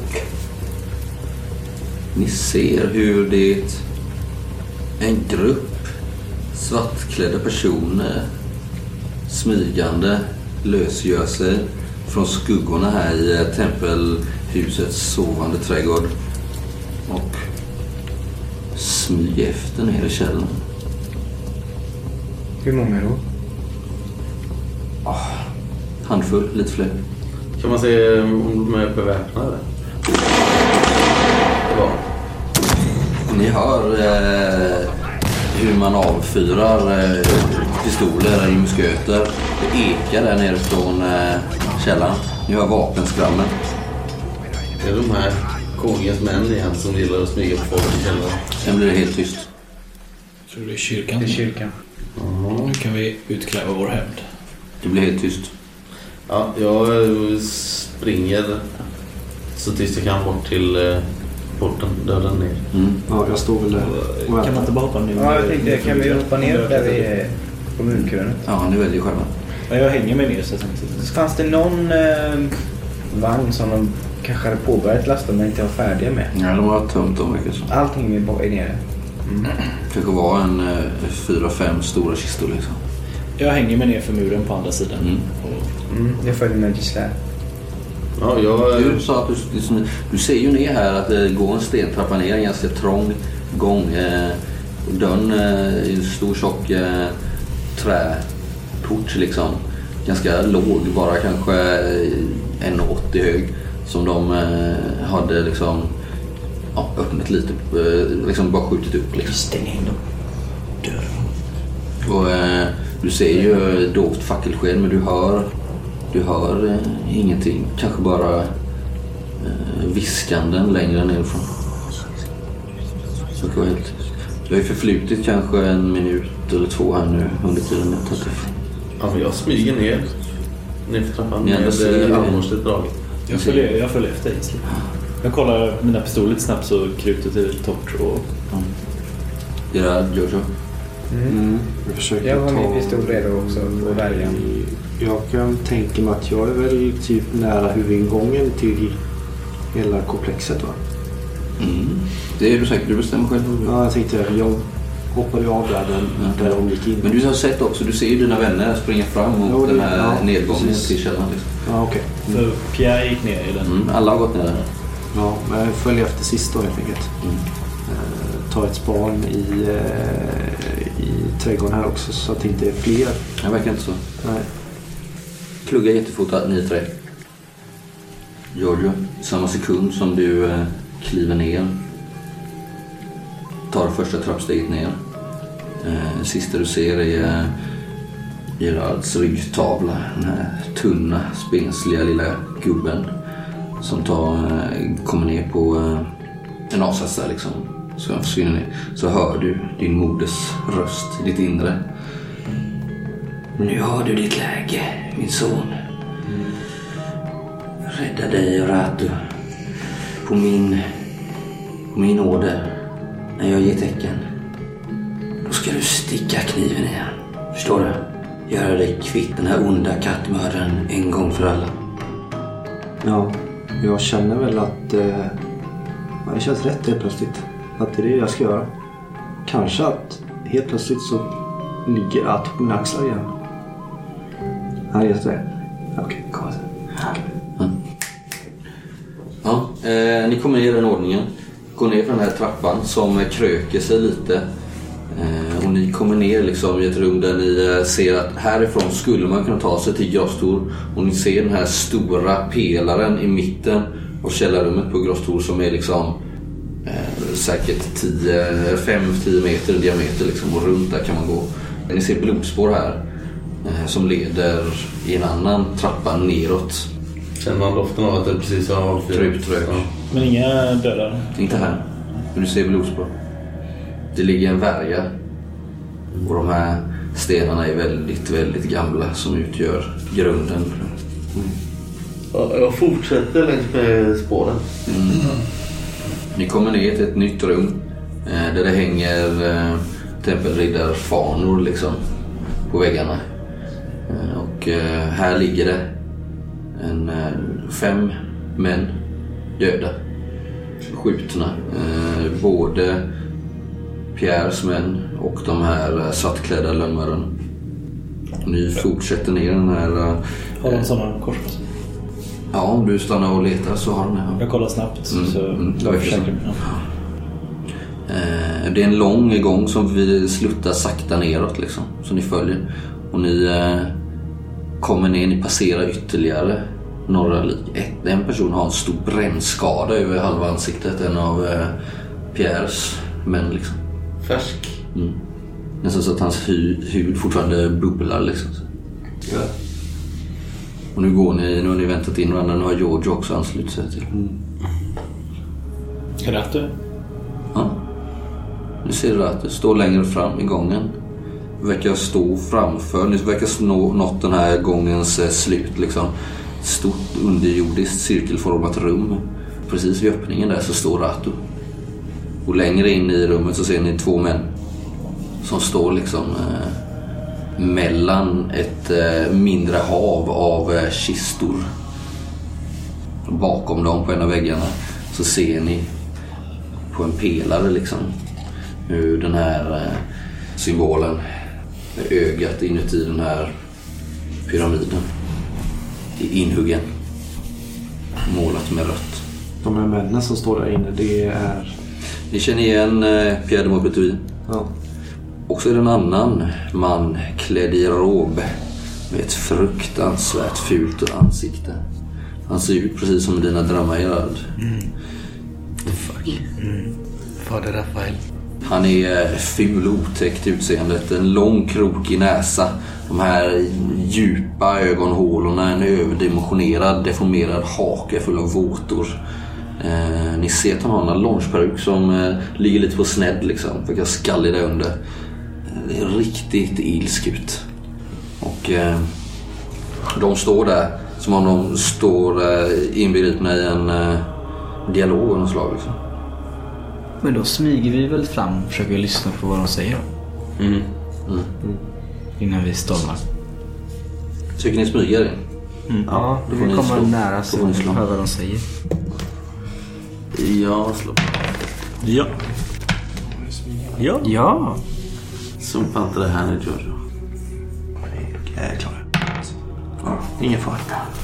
ni ser hur det en grupp svartklädda personer smygande lösgör sig från skuggorna här i tempelhusets sovande trädgård och smyger efter ner i källaren. Hur många då? Handfull, lite fler. Kan man se om de är beväpnade? Ja. Ni hör hur man avfyrar pistoler i musköter. Det ekar där nere från källaren. Ni hör vapenskrammen. Det är de här kongens män igen som gillar att smyga på folk i källaren. Sen blir det helt tyst. Jag tror det är kyrkan. Det är kyrkan. Nu kan vi utkräva vår hämnd. Det blir helt tyst. Ja, jag springer så tyst jag kan bort till porten, dörren ner. Ja, jag står väl där. Kan man inte bara hoppa nu? Ja, jag tänkte, kan vi hoppa ner där vi är på murkrönet? Ja, ni väljer själva. Ja, jag hänger mig ner så jag tänkte. Fanns det någon vagn som de kanske hade påbörjat lasta men inte var färdiga med? Ja, de har tömt dem verkar så. Allting är bara nere. Kanske var en 4-5 stora kistor liksom. Jag hänger mig ner för muren på andra sidan. Jag följer med Gisela. Ja, jag... Du sa att du ser ju ner här att det går en stentrappa ner, en ganska trång gång. Dörren är en stor tjock träport liksom. Ganska låg, bara kanske 1,80 hög. Som de hade liksom öppnat lite, liksom bara skjutit upp liksom. Stäng in dem. Dörren. Och du ser ju dovt fackelsken, men du hör ingenting. Kanske bara viskanden längre nerifrån. Så går helt. Det har ju förflutit kanske 1 minut eller 2 här nu under tiden jag tagit det. Ja, för jag smyger ner för trappan Ni ändå ser- med armborstet draget. Jag följer efter Ainsley. Jag kollar mina pistoler lite snabbt så krutet är torrt och... Gerard, Jojo. Jag försöker Jag har ta... min pistol redo också på värjan. Jag kan tänka mig att jag är väl typ nära huvudingången till hela komplexet, va? Det är du säkert, du bestämmer själv. Ja, jag tänkte jag hoppade av där de gick in. Men du har sett också, du ser ju dina vänner springa fram mot den här nedgången till källan. Liksom. Ja, okej. För Pierre gick ner i den. Alla har gått ner där. Ja, men jag följer efter sist då helt enkelt. Ta ett span i trädgården här också så att det inte är fler. Det verkar inte så. Nej. Klugga jättefota, 9-3. Giorgio, samma sekund som du kliver ner. Tar första trappsteget ner. Sista du ser är Gerards ryggtavla. Den här tunna, spensliga lilla gubben som kommer ner på en avsats där liksom. Så han försvinner ner. Så hör du din moders röst i ditt inre. Nu har du ditt läge, min son. Rädda dig och Ratu. På min order. När jag ger tecken. Då ska du sticka kniven i han. Förstår du? Göra dig kvitt den här onda kattmördaren en gång för alla. Ja, jag känner väl att det känns rätt helt plötsligt. Att det är det jag ska göra. Kanske att helt plötsligt så ligger att på mina axlar igen. Ja, just det. Okej, kom igen. Ja, ni kommer ner i den ordningen. Går ner för den här trappan som kröker sig lite. Och ni kommer ner liksom i ett rum där ni ser att härifrån skulle man kunna ta sig till Grostor. Och ni ser den här stora pelaren i mitten av källarrummet på Grostor som är liksom säkert 5-10 meter i diameter liksom, och runt där kan man gå. Ni ser blodspår här som leder i en annan trappa neråt. Känner man doften av att det precis har avfyrat? Rök. Men inga döda? Inte här. Men du ser blodspår. Det ligger en värja. Och de här stenarna är väldigt, väldigt gamla som utgör grunden. Ja, jag fortsätter längs med spåren. Ni kommer ner till ett nytt rum där det hänger tempelriddarfanor liksom på väggarna. Och här ligger det 5 män döda, skjutna. Både Pierres män och de här svartklädda lönnmördarna. Ni fortsätter ner den här... Har de sådana kors på sig? Ja, om du stannar och letar så har den här. Jag kollar snabbt så det var säker. Det är en lång gång som vi slutar sakta neråt liksom, så ni följer. Och ni kommer ner, ni passerar ytterligare några lik. En person har en stor brännskada över halva ansiktet, en av Pierres män liksom. Färsk. Nästan så att hans hud fortfarande bubblar liksom. Ja. Och nu har ni väntat in varandra. Nu har Giorgio också anslutit sig till. Ratu? Ja. Nu ser du att det står längre fram i gången. Verkar stå framför. Ni verkar nått den här gångens slut liksom. Stort underjordiskt cirkelformat rum. Precis vid öppningen där så står Ratu. Och längre in i rummet så ser ni 2 män som står liksom mellan ett mindre hav av kistor. Bakom dem på en av väggarna så ser ni på en pelare liksom hur den här symbolen, ögat inuti den här pyramiden, är inhuggen, målat med rött. De här männen som står där inne, det är... Ni känner igen Pierre de Maupetit. Ja. Och så är det en annan man klädd i robe med ett fruktansvärt fult ansikte. Han ser ut precis som dina drömmar, Gerard. Fuck. Fader Rafael. Han är ful och otäckt utseendet. En lång krokig näsa. De här djupa ögonhålorna. En överdimensionerad, deformerad hake full av våtor. Ni ser att han har en loungeperuk som ligger lite på snedd liksom. För jag skallig där under. Det är riktigt ilsk ut. Och de står där som om de står inbegripna i en dialog av något slag liksom. Men då smyger vi väl fram och försöker lyssna på vad de säger då. Innan vi stormar. Tycker ni smyger in? Ja, då får vi komma nära så vi hör vad de säger. Jag slår. Ja. Sumpa inte det här nu, Giorgio. Jag är klar. Ja, ingen fara.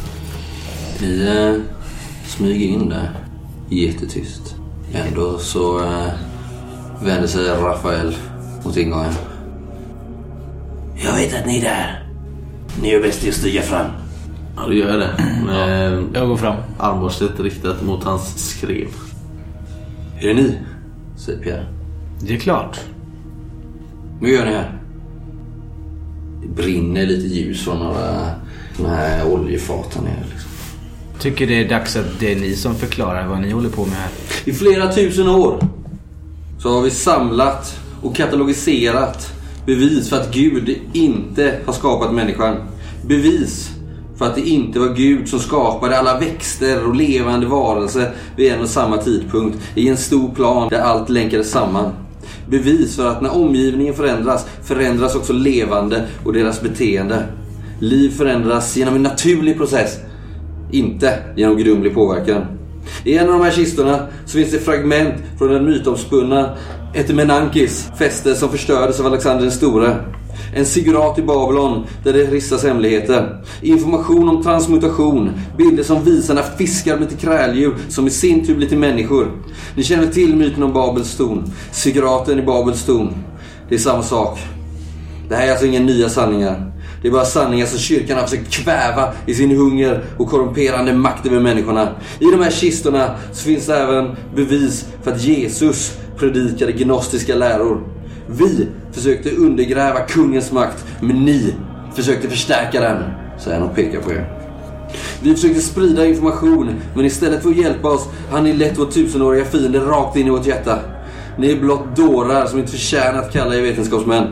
Ni smyger in där jättetyst. Ändå så vänder sig Rafael mot ingången. Jag vet att ni är där. Ni är bäst i att stiga fram. Ja, du gör det. Jag går fram. Armborstet riktat mot hans skrev. Är det ni? Säger Pierre. Det är klart. Vad gör ni här? Det brinner lite ljus från några de här oljefaten här liksom. Tycker det är dags att det är ni som förklarar vad ni håller på med här. I flera tusen år så har vi samlat och katalogiserat bevis för att Gud inte har skapat människan. Bevis för att det inte var Gud som skapade alla växter och levande varelser vid en och samma tidpunkt i en stor plan där allt länkades samman. Bevis för att när omgivningen förändras också levande och deras beteende. Liv förändras genom en naturlig process, inte genom gudomlig påverkan. I en av de här kistorna så finns det fragment från den mytomspunna Etemenankis fäste som förstördes av Alexander den store. En sigurat i Babylon där det rissas hemligheter. Information om transmutation. Bilder som visar när fiskar blir till kräldjur som i sin tur blir till människor. Ni känner till myten om Babels torn. Siguraten i Babels torn. Det är samma sak. Det här är alltså inga nya sanningar. Det är bara sanningar som kyrkan har försökt kväva i sin hunger och korrumperande makt över människorna. I de här kistorna så finns det även bevis för att Jesus predikade gnostiska läror. Vi försökte undergräva kungens makt, men ni försökte förstärka den, säger han och pekar på er. Vi försökte sprida information, men istället för att hjälpa oss har ni lett vår 1000-åriga fiende rakt in i vårt hjärta. Ni är blott dårar som inte förtjänar att kalla er vetenskapsmän.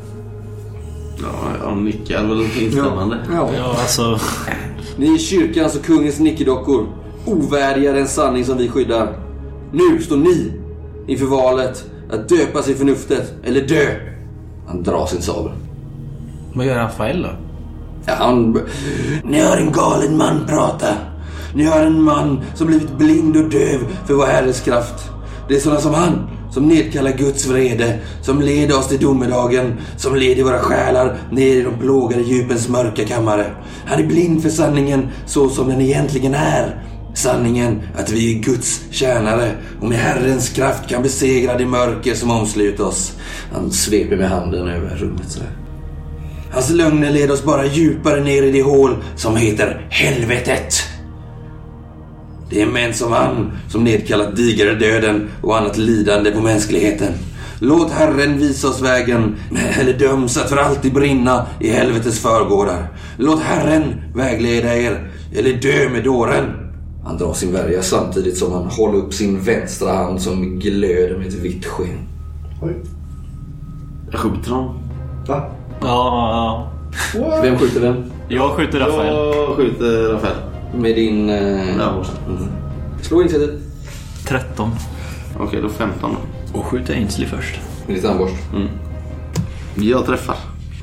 Ja, nickar väl instämmande. Ja. Ja, alltså... Ni är kyrkans och kungens nickedockor, ovärdiga den sanning som vi skyddar. Nu står ni inför valet att döpa sig förnuftet eller dö. Han drar sin sabel. Vad gör Rafael då? Ja, ni hör en galen man prata. Ni hör en man som blivit blind och döv för vår Herres kraft. Det är sådana som han som nedkallar Guds vrede, som leder oss till domedagen, som leder våra själar ner i de plågade djupens mörka kammare. Han är blind för sanningen så som den egentligen är. Sanningen att vi är Guds tjänare och med Herrens kraft kan besegra det mörker som omsluter oss. Han sveper med handen över rummet så här. Hans lögner leder oss bara djupare ner i det hål som heter helvetet. Det är män som han som nedkallat digare döden och annat lidande på mänskligheten. Låt Herren visa oss vägen, eller döms att för alltid brinna i helvetets förgårdar. Låt Herren vägleda er, eller dö med dåren. Han drar sin värja samtidigt som han håller upp sin vänstra hand som glöder med ett vitt sken. Oj. Jag skjuter honom. Va? Ja. Vem skjuter vem? Jag skjuter Rafael. Jag skjuter Rafael. Med din... Slå insättet. 13. Okej, då 15 då. Och skjuter Ainsley först. Med ditt armborst. Jag träffar.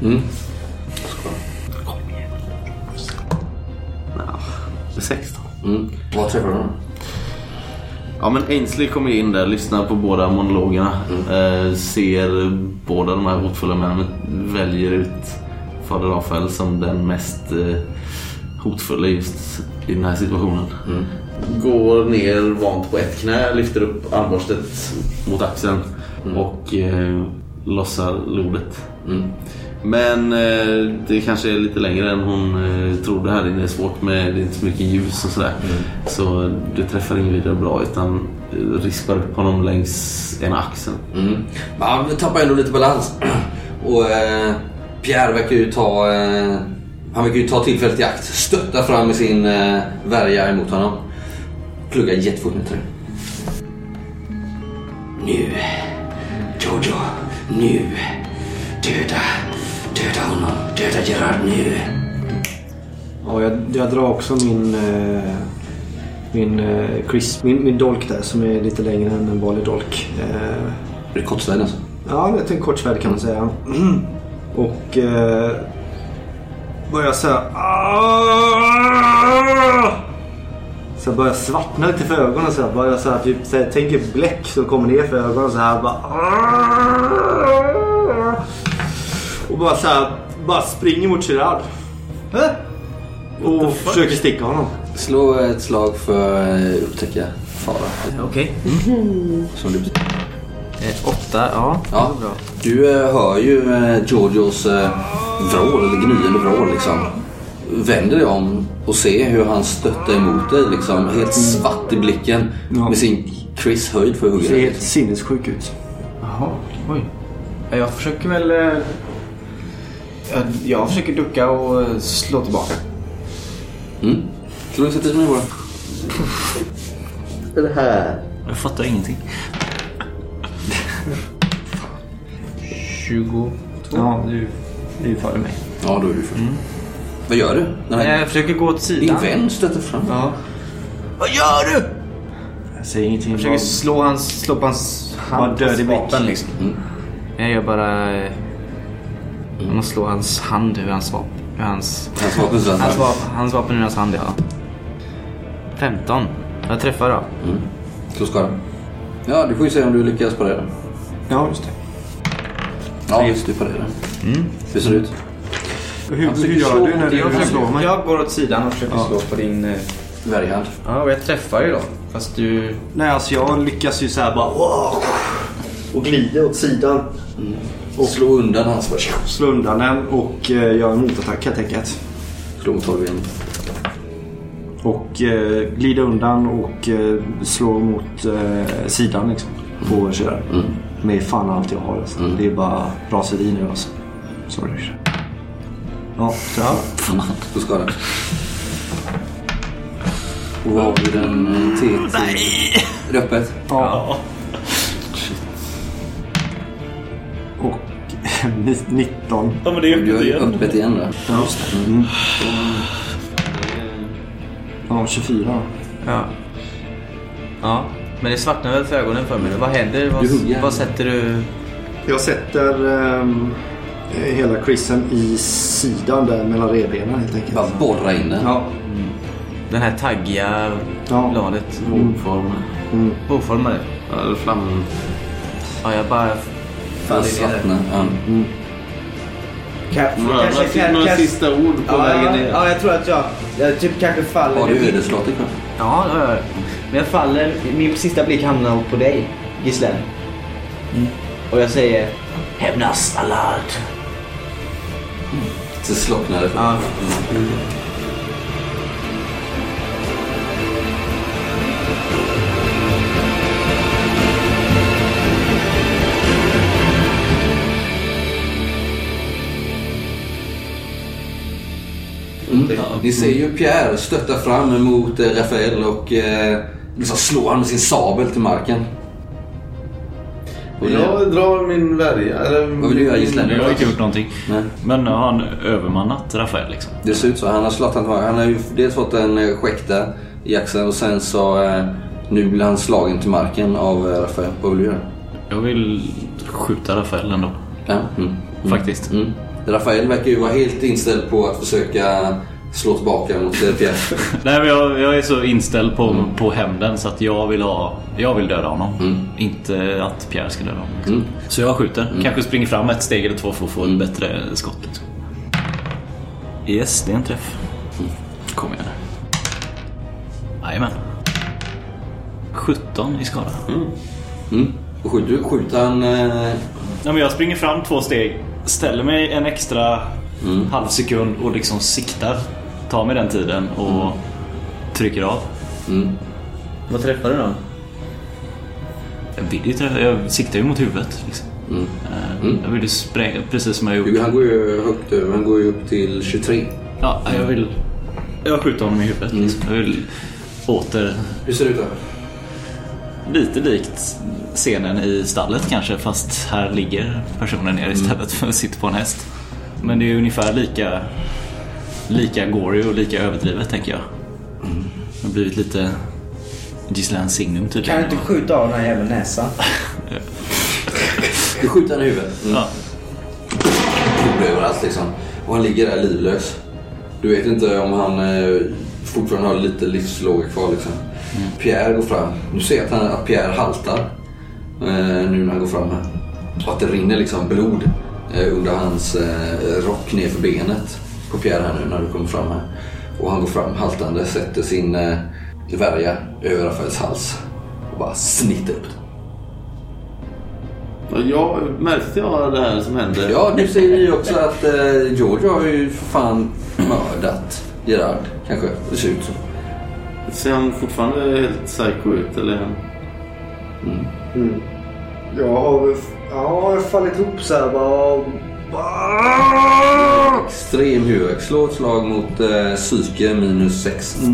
Ja, det är 16. Vad träffar du då? Ja, men Ainsley kommer in där, lyssnar på båda monologerna. Ser båda de här hotfulla männen, väljer ut fader Rafael som den mest hotfulla just i den här situationen. Går ner vant på ett knä, lyfter upp armborstet mot axeln och lossar lodet. Men det kanske är lite längre än hon trodde här. Det är svårt med, det är inte så mycket ljus och sådär. Så det träffar ingen vidare bra utan rispar upp honom längs en axel. Han tappar ändå lite balans. Och Pierre verkar ju ta tillfället i akt. Stötta fram med sin värja emot honom. pluggar jättefort med trä. Nu, Jojo, nu. Döda honom. Döda Gerard nu. Ja, jag drar också min dolk där som är lite längre än en vanlig dolk. Det är kortsvärd alltså? Ja, det är en kortsvärd kan man säga. Och börjar så här. Så börjar svartna lite för ögonen så här. Börjar så här, typ, så här, tänker bläck som kommer ner för ögonen så här bara. Och bara så här, bara springer mot Gerard. Och försöker sticka honom. Slå ett slag för upptäcka fara. Okej. Som du 8, ja. Ja, du hör ju Giorgios vrål eller gnyende vrål liksom. Vänder dig om och ser hur han stöttar emot dig liksom. Helt svart i blicken med sin Chris höjd för hugget. Ser helt sinnessjuk ut. Jaha, oj. Jag försöker väl... Jag försöker ducka och slå tillbaka. Slå sätta mig bara. Det här. Jag fattar ingenting. 22. Ja, du är före mig. Ja, då är du för. Vad gör du? Jag försöker gå åt sidan. Din vän stöter fram. Ja. Vad gör du? Jag säger ingenting. Jag försöker slå på hans hand. Död i vapen liksom. Jag gör bara... Jag måste slå hans hand ur hans vapen. Hans vapen ur hans hand, ja. 15. Jag träffar då. Slå skada. Ja, du får ju se om du lyckas parera. Ja, just det. Ja, just det, parera. Hur ser det ut? Hur gör du när du slår mig? Jag går åt sidan och försöker slå på din... Värjhand. Ja, och jag träffar ju då. Fast du... Nej, alltså jag lyckas ju så här bara... Och glider åt sidan. Och slå undan hans värld. Slå undan den och gör en motattack helt enkelt. Slå mot 12 igen. Och glider undan och slår mot sidan liksom. På Gerard. Med fan allt jag har alltså. Det är bara raseri nu alltså. Sorry. Ja, så här. Då ska det. Och vad har vi den till? Nej! Är det öppet? Ja. Och 19. Ja, men det är öppet igen. Öppet igen då. Ja, just det. Ja, 24. Ja. Ja. Men det svartnar väl för ögonen för mig. Vad händer? Vad sätter du? Jag sätter hela Chrisen i sidan där mellan revbenen helt enkelt. Bara borra in den. Ja. Den här taggiga bladet. Oformade. Ja, eller flammen. Ja, jag bara Fast vattna. Några sista ord på vägen ner. Ja, jag tror att jag typ kanske faller. Har du ödeslottet kvar? Ja. Men jag faller. Min sista blick hamnar på dig, Gislen. Och jag säger hämnas Allard. Så slocknar det. Ja. Ni ser ju Pierre stötta fram emot Rafael och liksom slår han med sin sabel till marken. Jag drar min värja. Vad vill du göra, Gislen? Jag har inte gjort någonting. Nej. Men har han övermannat Rafael liksom? Det ser ut så. Han har slått han har ju dels fått en skäkta i axeln och sen så nu blir han slagen till marken av Rafael. Vad vill du göra? Jag vill skjuta Rafael ändå. Ja. Faktiskt. Rafael verkar ju vara helt inställd på att försöka slå tillbaka mot Pierre. Nej, men jag är så inställd på hämnden så att jag vill döda honom. Inte att Pierre ska döda honom. Så jag skjuter. Kanske springer fram ett steg eller två för att få ett bättre skott. Liksom. Yes, det är en träff. Kom igen. Jajamän. 17 i skada. Och skjuter han... Ja, men jag springer fram 2 steg. Ställer mig en extra halv sekund och liksom siktar. Tar mig den tiden och trycker av. Vad träffar du då? Jag siktar ju mot huvudet liksom. Jag vill ju spränga precis som jag gjort. Han går ju högt över. Han går ju upp till 23. Ja, jag skjuter honom i huvudet liksom. åter. Hur ser det ut då? Lite likt scenen i stallet kanske, fast här ligger personen ner istället för att sitta på en häst. Men det är ungefär lika gory och lika överdrivet, tänker jag. Det har blivit lite Ghislaine Signum typ. Kan du inte skjuta av den här jävla näsan? Du skjuter han i huvudet. Ja. Det blir överallt liksom. Och han ligger där livlös. Du vet inte om han fortfarande har lite livslåga kvar liksom. Pierre går fram. Du ser att Pierre haltar nu när han går fram här. Och att det rinner liksom blod under hans rock ner för benet på Pierre här nu när du kommer fram här. Och han går fram haltande, sätter sin värja över Rafaels hals och bara snittar upp. Jag märkte jag det här som hände. Ja, nu ser ni också att George har ju för fan mördat Gerard, kanske. Det ser ut så. Ser han fortfarande helt psycho ut, eller? Jag har fallit ihop så här bara... Extrem huvud. Slå ett slag mot psyke -6.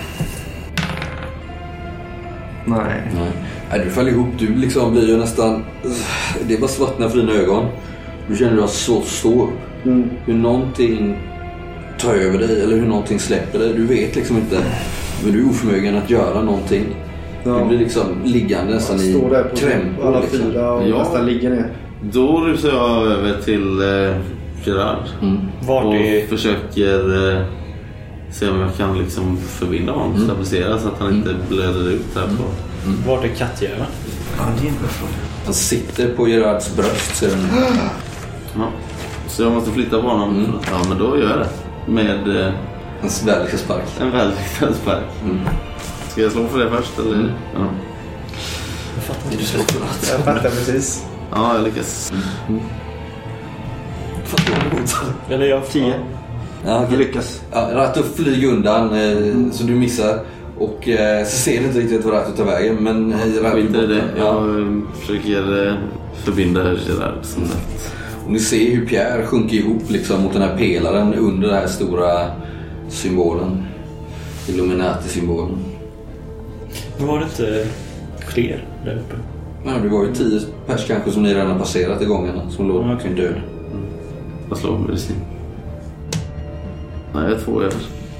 Nej. Nej, du faller ihop. Du liksom blir ju nästan... Det är bara svartna för dina ögon. Du känner att du har svårt att stå upp. Hur någonting tar över dig eller hur någonting släpper dig. Du vet liksom inte. Men du är oförmögen att göra någonting. Ja. Du blir liksom liggande nästan i krämpor. Alla liksom. fyra och nästan ligger ner. Då rusar jag över till Gerard. Och försöker se om jag kan liksom förbinda honom. Stabilisera så att han inte blöder ut här på. Vart är kattjäveln? Ja, det är en bra fråga. Han sitter på Gerards bröst, ser du. Ja. Så jag måste flytta på honom. Ja, men då gör jag det. Med hans väldiga spark. En väldiga spark. Ska jag slå för det först, eller? Ja. Jag fattar precis. Ja, jag lyckas. Eller jag 10. Ja, du lyckas. Ja, Ratto flyger undan så du missar. Och så ser du inte riktigt vad Ratto tar vägen. Men skit i det. Jag försöker förbinda Gerard, som sagt. Och ni ser hur Pierre sjunker ihop liksom mot den här pelaren under den här stora symbolen. Illuminati-symbolen. Men var det inte fler där uppe? Ja, det var ju 10 pers kanske som ni redan har passerat i gångerna som låg död. Vad slår medicin? Nej, jag är 2 över.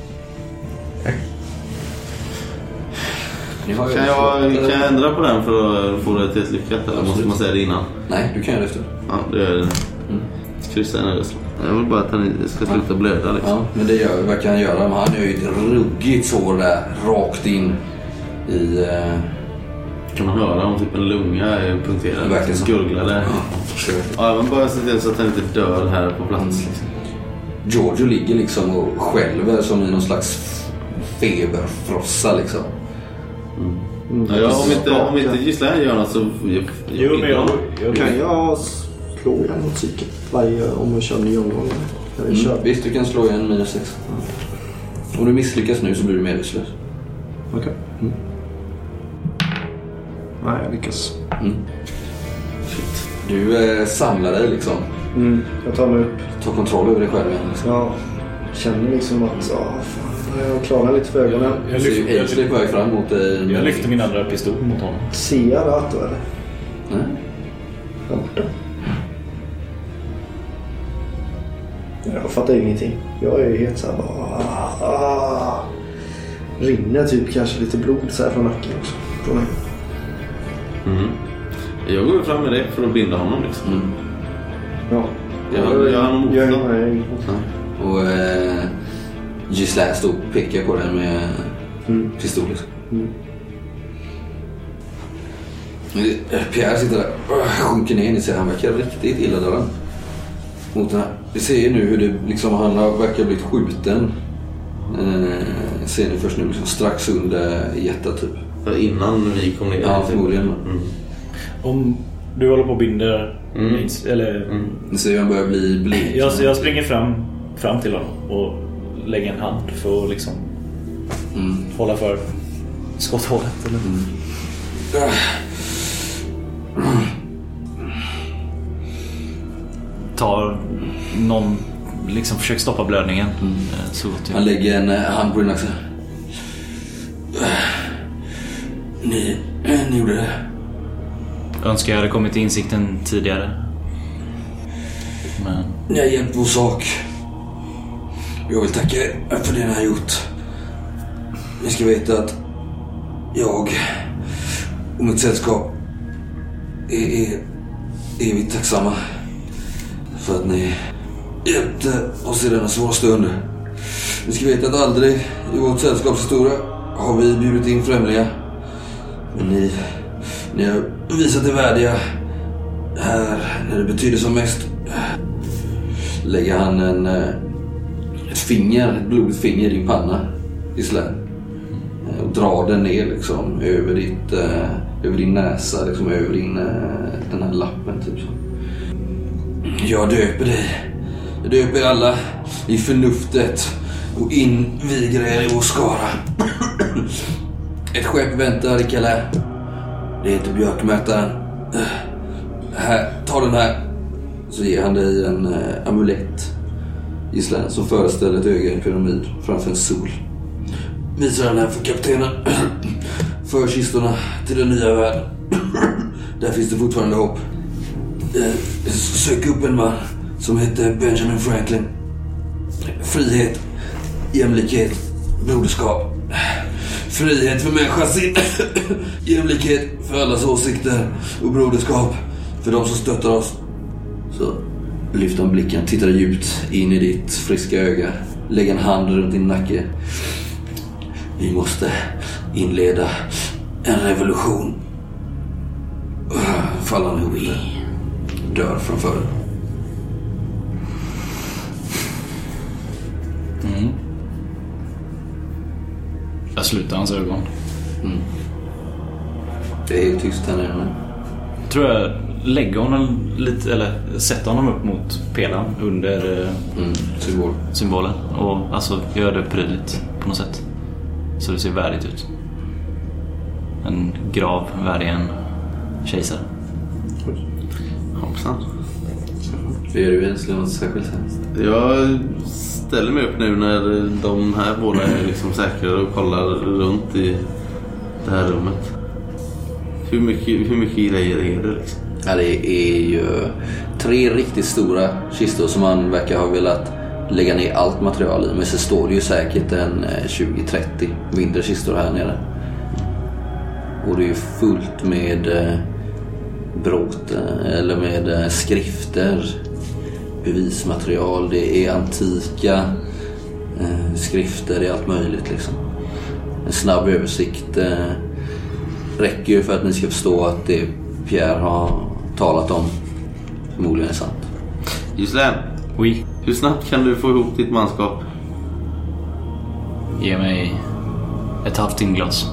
Kan jag ändra på den för att få det till ett lyckat? Eller måste man säga det innan? Nej, du kan göra det efter. Ja, det gör det. Kryssa en överslag. Jag vill bara att han ska sluta blöda liksom. Ja, men det gör vad kan han göra? Han har ju ett ruggigt sår där rakt in i... Kan man höra om typ en lunga är punkterad? Verkligen så. Gurglade. Ja, men bara se till så att han inte dör här på plats liksom. Giorgio ligger liksom och skälver som i någon slags feberfrossa liksom. Ja, om inte Ghislaine gör något så... Jo, men Kan jag slå igen mot psyket om jag kör ny omgång? Visst, du kan slå igen -6. Om du misslyckas nu så blir du medvetslös. Okej. Nej, jag lyckas. Du samlar dig liksom. Jag tar mig upp. Ta kontroll över dig själv igen liksom. Ja, känner liksom att jag klarar lite för ögonen. Jag lyfter på väg fram mot dig. Jag lyfter min andra pistol mot honom. Ser jag Ratto eller? Nej. Där borta. Jag fattar ingenting. Jag är helt så här bara... Rinner typ kanske lite blod så här från nacken också. Från mig. Jag går fram med det för att binda honom liksom. Ja. Jag Och Ghislaine står och pekar på den med pistol liksom. Pierre sitter där sjunker ner. Ni ser han verkar riktigt illa dörren mot den här. Vi ser nu hur det liksom, han verkar blivit skjuten. Ser ni först nu liksom, strax under hjärtat typ. Innan vi kom ner. Ja, förmodligen. Om du håller på och binder eller... Ni ser hur han börjar bli blek. Jag springer fram till honom och lägger en hand för att liksom hålla för skotthålet eller? Tar någon liksom, försöker stoppa blödningen så gott jag. Han lägger en hand på din axel. ni gjorde det. Önskar jag hade kommit till insikten tidigare. Men... Ni har hjälpt vår sak. Jag vill tacka er för det ni har gjort. Ni ska veta att jag och mitt sällskap är evigt tacksamma för att ni hjälpte oss i denna svåra stund. Ni ska veta att aldrig i vårt sällskapshistoria har vi bjudit in främlingar. Men ni har visat er värdiga här när det betyder som mest. Lägger han ett blodigt finger i din panna, Ghislaine, och drar den ner liksom över din näsa, liksom över den här lappen typ så. Jag döper dig. Jag döper alla i förnuftet och inviger er i vår skara. Ett skepp väntar i Calais. Det heter Björkmätaren. Här, ta den här. Så ger han dig en amulett, Ghislaine, som föreställer ett öga i en pyramid framför en sol. Visar den här för kaptenen. För kistorna till den nya världen. Där finns det fortfarande hopp. Sök upp en man som heter Benjamin Franklin. Frihet, jämlikhet, broderskap. Frihet för människans sin. Jämlikhet för allas åsikter. Och broderskap för de som stöttar oss. Så lyfter han blicken, tittar djupt in i ditt friska öga. Lägger en hand runt din nacke. Vi måste inleda en revolution. Faller han ihop. Dör framför dig. Jag slutar hans ögon. Det är tyst här nere. Jag tror jag lägger honom lite, eller sätter honom upp mot pelaren under symbolen. Och alltså gör det prydligt på något sätt. Så det ser värdigt ut. En grav värdig en kejsare. Hoppsan. För gör du egentligen något särskilt här? Jag ställer mig upp nu när de här båda är liksom säkrade och kollar runt i det här rummet. Hur mycket grejer är det liksom? Ja, det är ju 3 riktigt stora kistor som man verkar ha velat lägga ner allt material i. Men så står det ju säkert en 20-30 mindre kistor här nere. Och det är ju fullt med bråte eller med skrifter, bevismaterial. Det är antika skrifter, det är allt möjligt liksom. En snabb översikt räcker ju för att ni ska förstå att det Pierre har talat om förmodligen är sant. Ghislaine, Oui. hur snabbt kan du få ihop ditt manskap? Ge mig ett halvt inglas.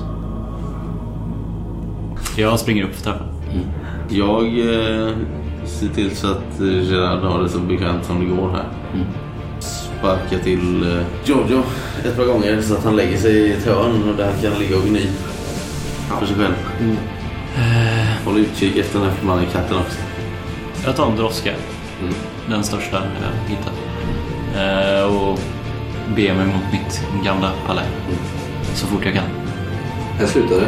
Jag springer upp för trappan. Jag ser till så att Gerard har det så bekvämt som det går här. Sparkar till Giorgio ett par gånger så att han lägger sig i ett hörn och där kan han ligga och gny för sig själv. Håll utkik efter den här förbannade katten också. Jag tar en droska. Den största jag hittat. Och ber mig mot mitt gamla palais. Så fort jag kan. Jag slutade.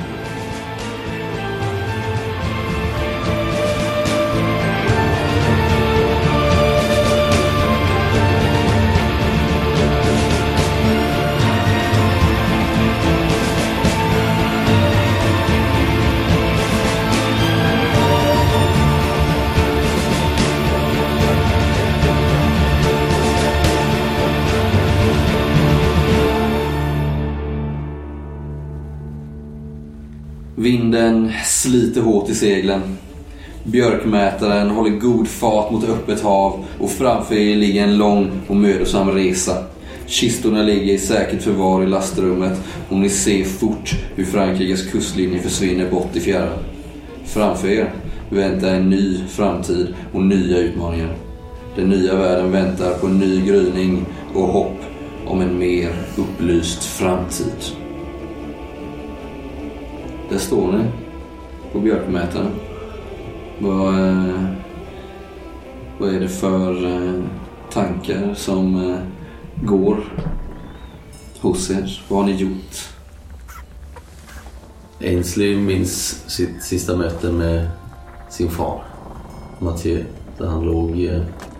Vinden sliter hårt i seglen. Björkmätaren håller god fart mot öppet hav och framför er ligger en lång och mödosam resa. Kistorna ligger i säkert förvar i lastrummet och ni ser fort hur Frankrikes kustlinje försvinner bort i fjärran. Framför er väntar en ny framtid och nya utmaningar. Den nya världen väntar på en ny gryning och hopp om en mer upplyst framtid. Där står ni på Björkmätaren. Vad är det för tankar som går hos er? Vad har ni gjort? Ainsley minns sitt sista möte med sin far, Mathieu, där han låg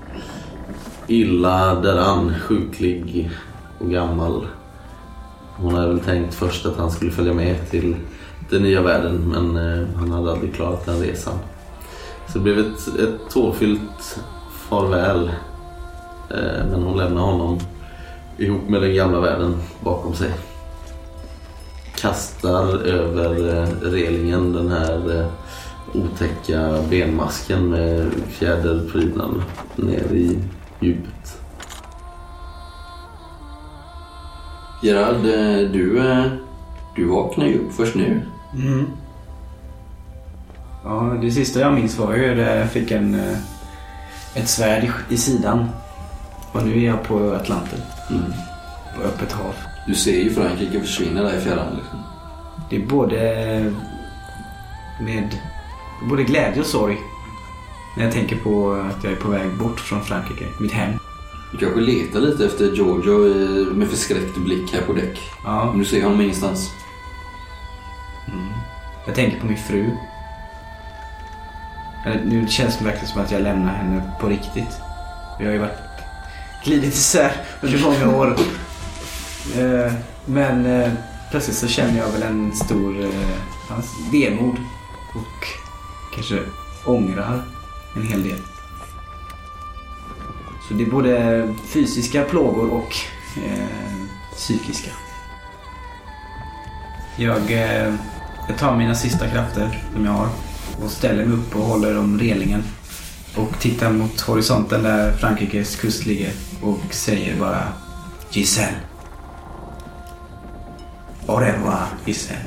illa däran, sjuklig och gammal. Hon hade väl tänkt först att han skulle följa med till den nya världen, men han hade aldrig klarat den resan. Så det blev ett tårfyllt farväl, men hon lämnade honom ihop med den gamla världen bakom sig. Kastar över relingen den här otäcka benmasken med fjäderprydnad ner i djupet. Gerard, du vaknar ju upp först nu. Mm. Ja, det sista jag minns var ju att jag fick ett svärd i sidan. Och nu är jag på Atlanten. På öppet hav. Du ser ju Frankrike försvinna där i fjärran liksom. Det är både glädje och sorg när jag tänker på att jag är på väg bort från Frankrike, mitt hem. Du kanske letar lite efter Giorgio med förskräckt blick här på däck. Ja. Men du ser honom ingenstans. Jag tänker på min fru. Nu känns det verkligen som att jag lämnar henne på riktigt. Jag har ju glidit isär under många år. Men plötsligt så känner jag väl en stor vemod och kanske ångrar en hel del. Så det är både fysiska plågor och psykiska. Jag tar mina sista krafter som jag har och ställer mig upp och håller om relingen och tittar mot horisonten där Frankrikes kust ligger och säger bara Giselle. Au revoir, Giselle.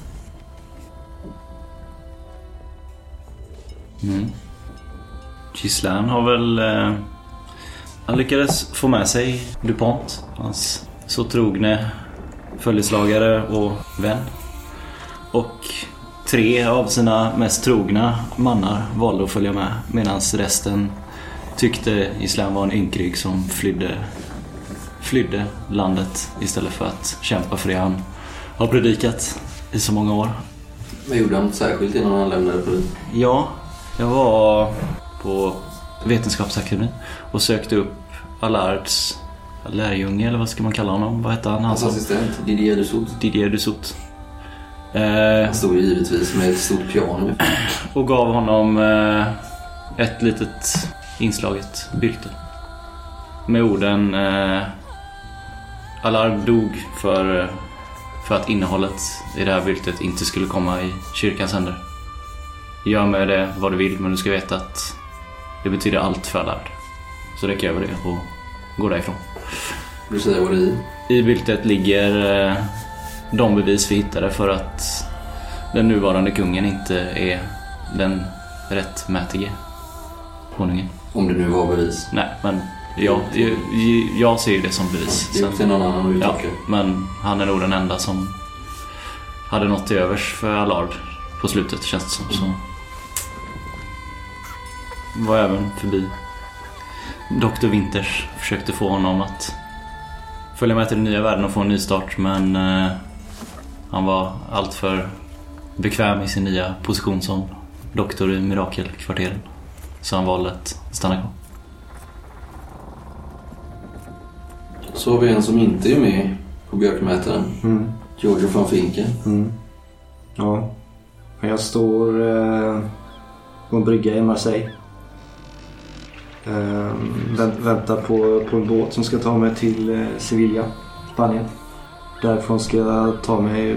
Ghislain har väl... han lyckades få med sig Dupont, hans så trogne följeslagare och vän. Och 3 av sina mest trogna mannar valde att följa med, medan resten tyckte Ghislain var en ynkrygg som flydde landet istället för att kämpa för det han har predikat i så många år. Vad gjorde han särskilt innan han lämnade Paris? Ja, jag var på Vetenskapsakademin och sökte upp Allards lärjunge, eller vad ska man kalla honom? Vad hette han? Hans assistent, Didier Dussault. Han stod givetvis med ett stort piano. Och gav honom ett litet inslaget bylte. Med orden Allard dog för att innehållet i det här byltet inte skulle komma i kyrkans händer. Gör med det vad du vill, men du ska veta att det betyder allt för Allard. Så räcker över det och gå därifrån. Du säger vad det är? I byltet ligger de bevis vi hittade för att den nuvarande kungen inte är den rättmätige konungen. Om det nu var bevis? Nej, men jag ser det som bevis. Det är upp till någon annan att uttrycka. Ja, men han är nog den enda som hade något till övers för Allard på slutet, känns det som. Så var även förbi Dr. Winters, försökte få honom att följa med till den nya världen och få en ny start, men han var allt för bekväm i sin nya position som doktor i mirakelkvarteren, så han valde att stanna kvar. Så har vi en som inte är med på björkmätaren. Giorgio van Finken. Ja, jag står på en brygga i Marseille. Väntar på en båt som ska ta mig till Sevilla, Spanien. Därifrån ska jag ta mig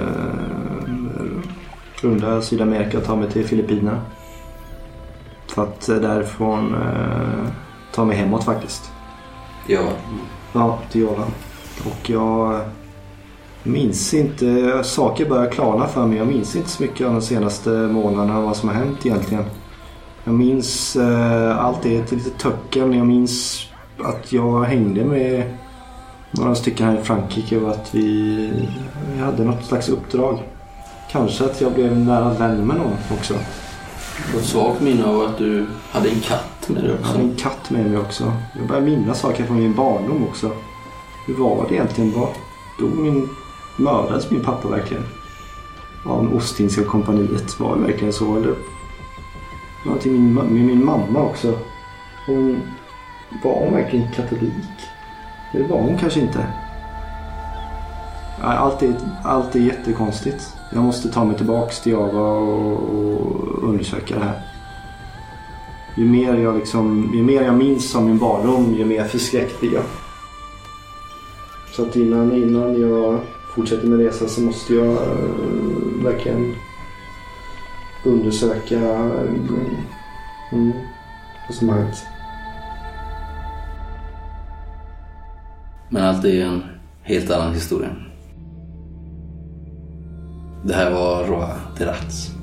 runda Sydamerika och ta mig till Filippinerna. För att därifrån ta mig hemåt faktiskt. Ja, till Java. Och jag minns inte, saker börjar klarna för mig. Jag minns inte så mycket av de senaste månaderna vad som har hänt egentligen. Jag minns allt det ett litet töcken. Jag minns att jag hängde med några stycken här i Frankrike och att vi hade något slags uppdrag. Kanske att jag blev nära vän med någon också. Och ett svagt minne av att du hade en katt med dig också. Jag hade en katt med mig också. Jag börjar minnas saker från min barndom också. Hur var det egentligen? Mördades min pappa verkligen? av Ostindiska kompaniet. Var det verkligen så? Eller ja, till min mamma också. Var hon verkligen katolik? Det var hon kanske inte. Allt är jättekonstigt. Jag måste ta mig tillbaks till Java och undersöka det här. Ju mer jag minns om min barndom, ju mer förskräckt blir jag. Så att innan jag fortsätter med resan så måste jag verkligen undersöka vad som har hänt. Men allt är en helt annan historia. Det här var Roa Terats.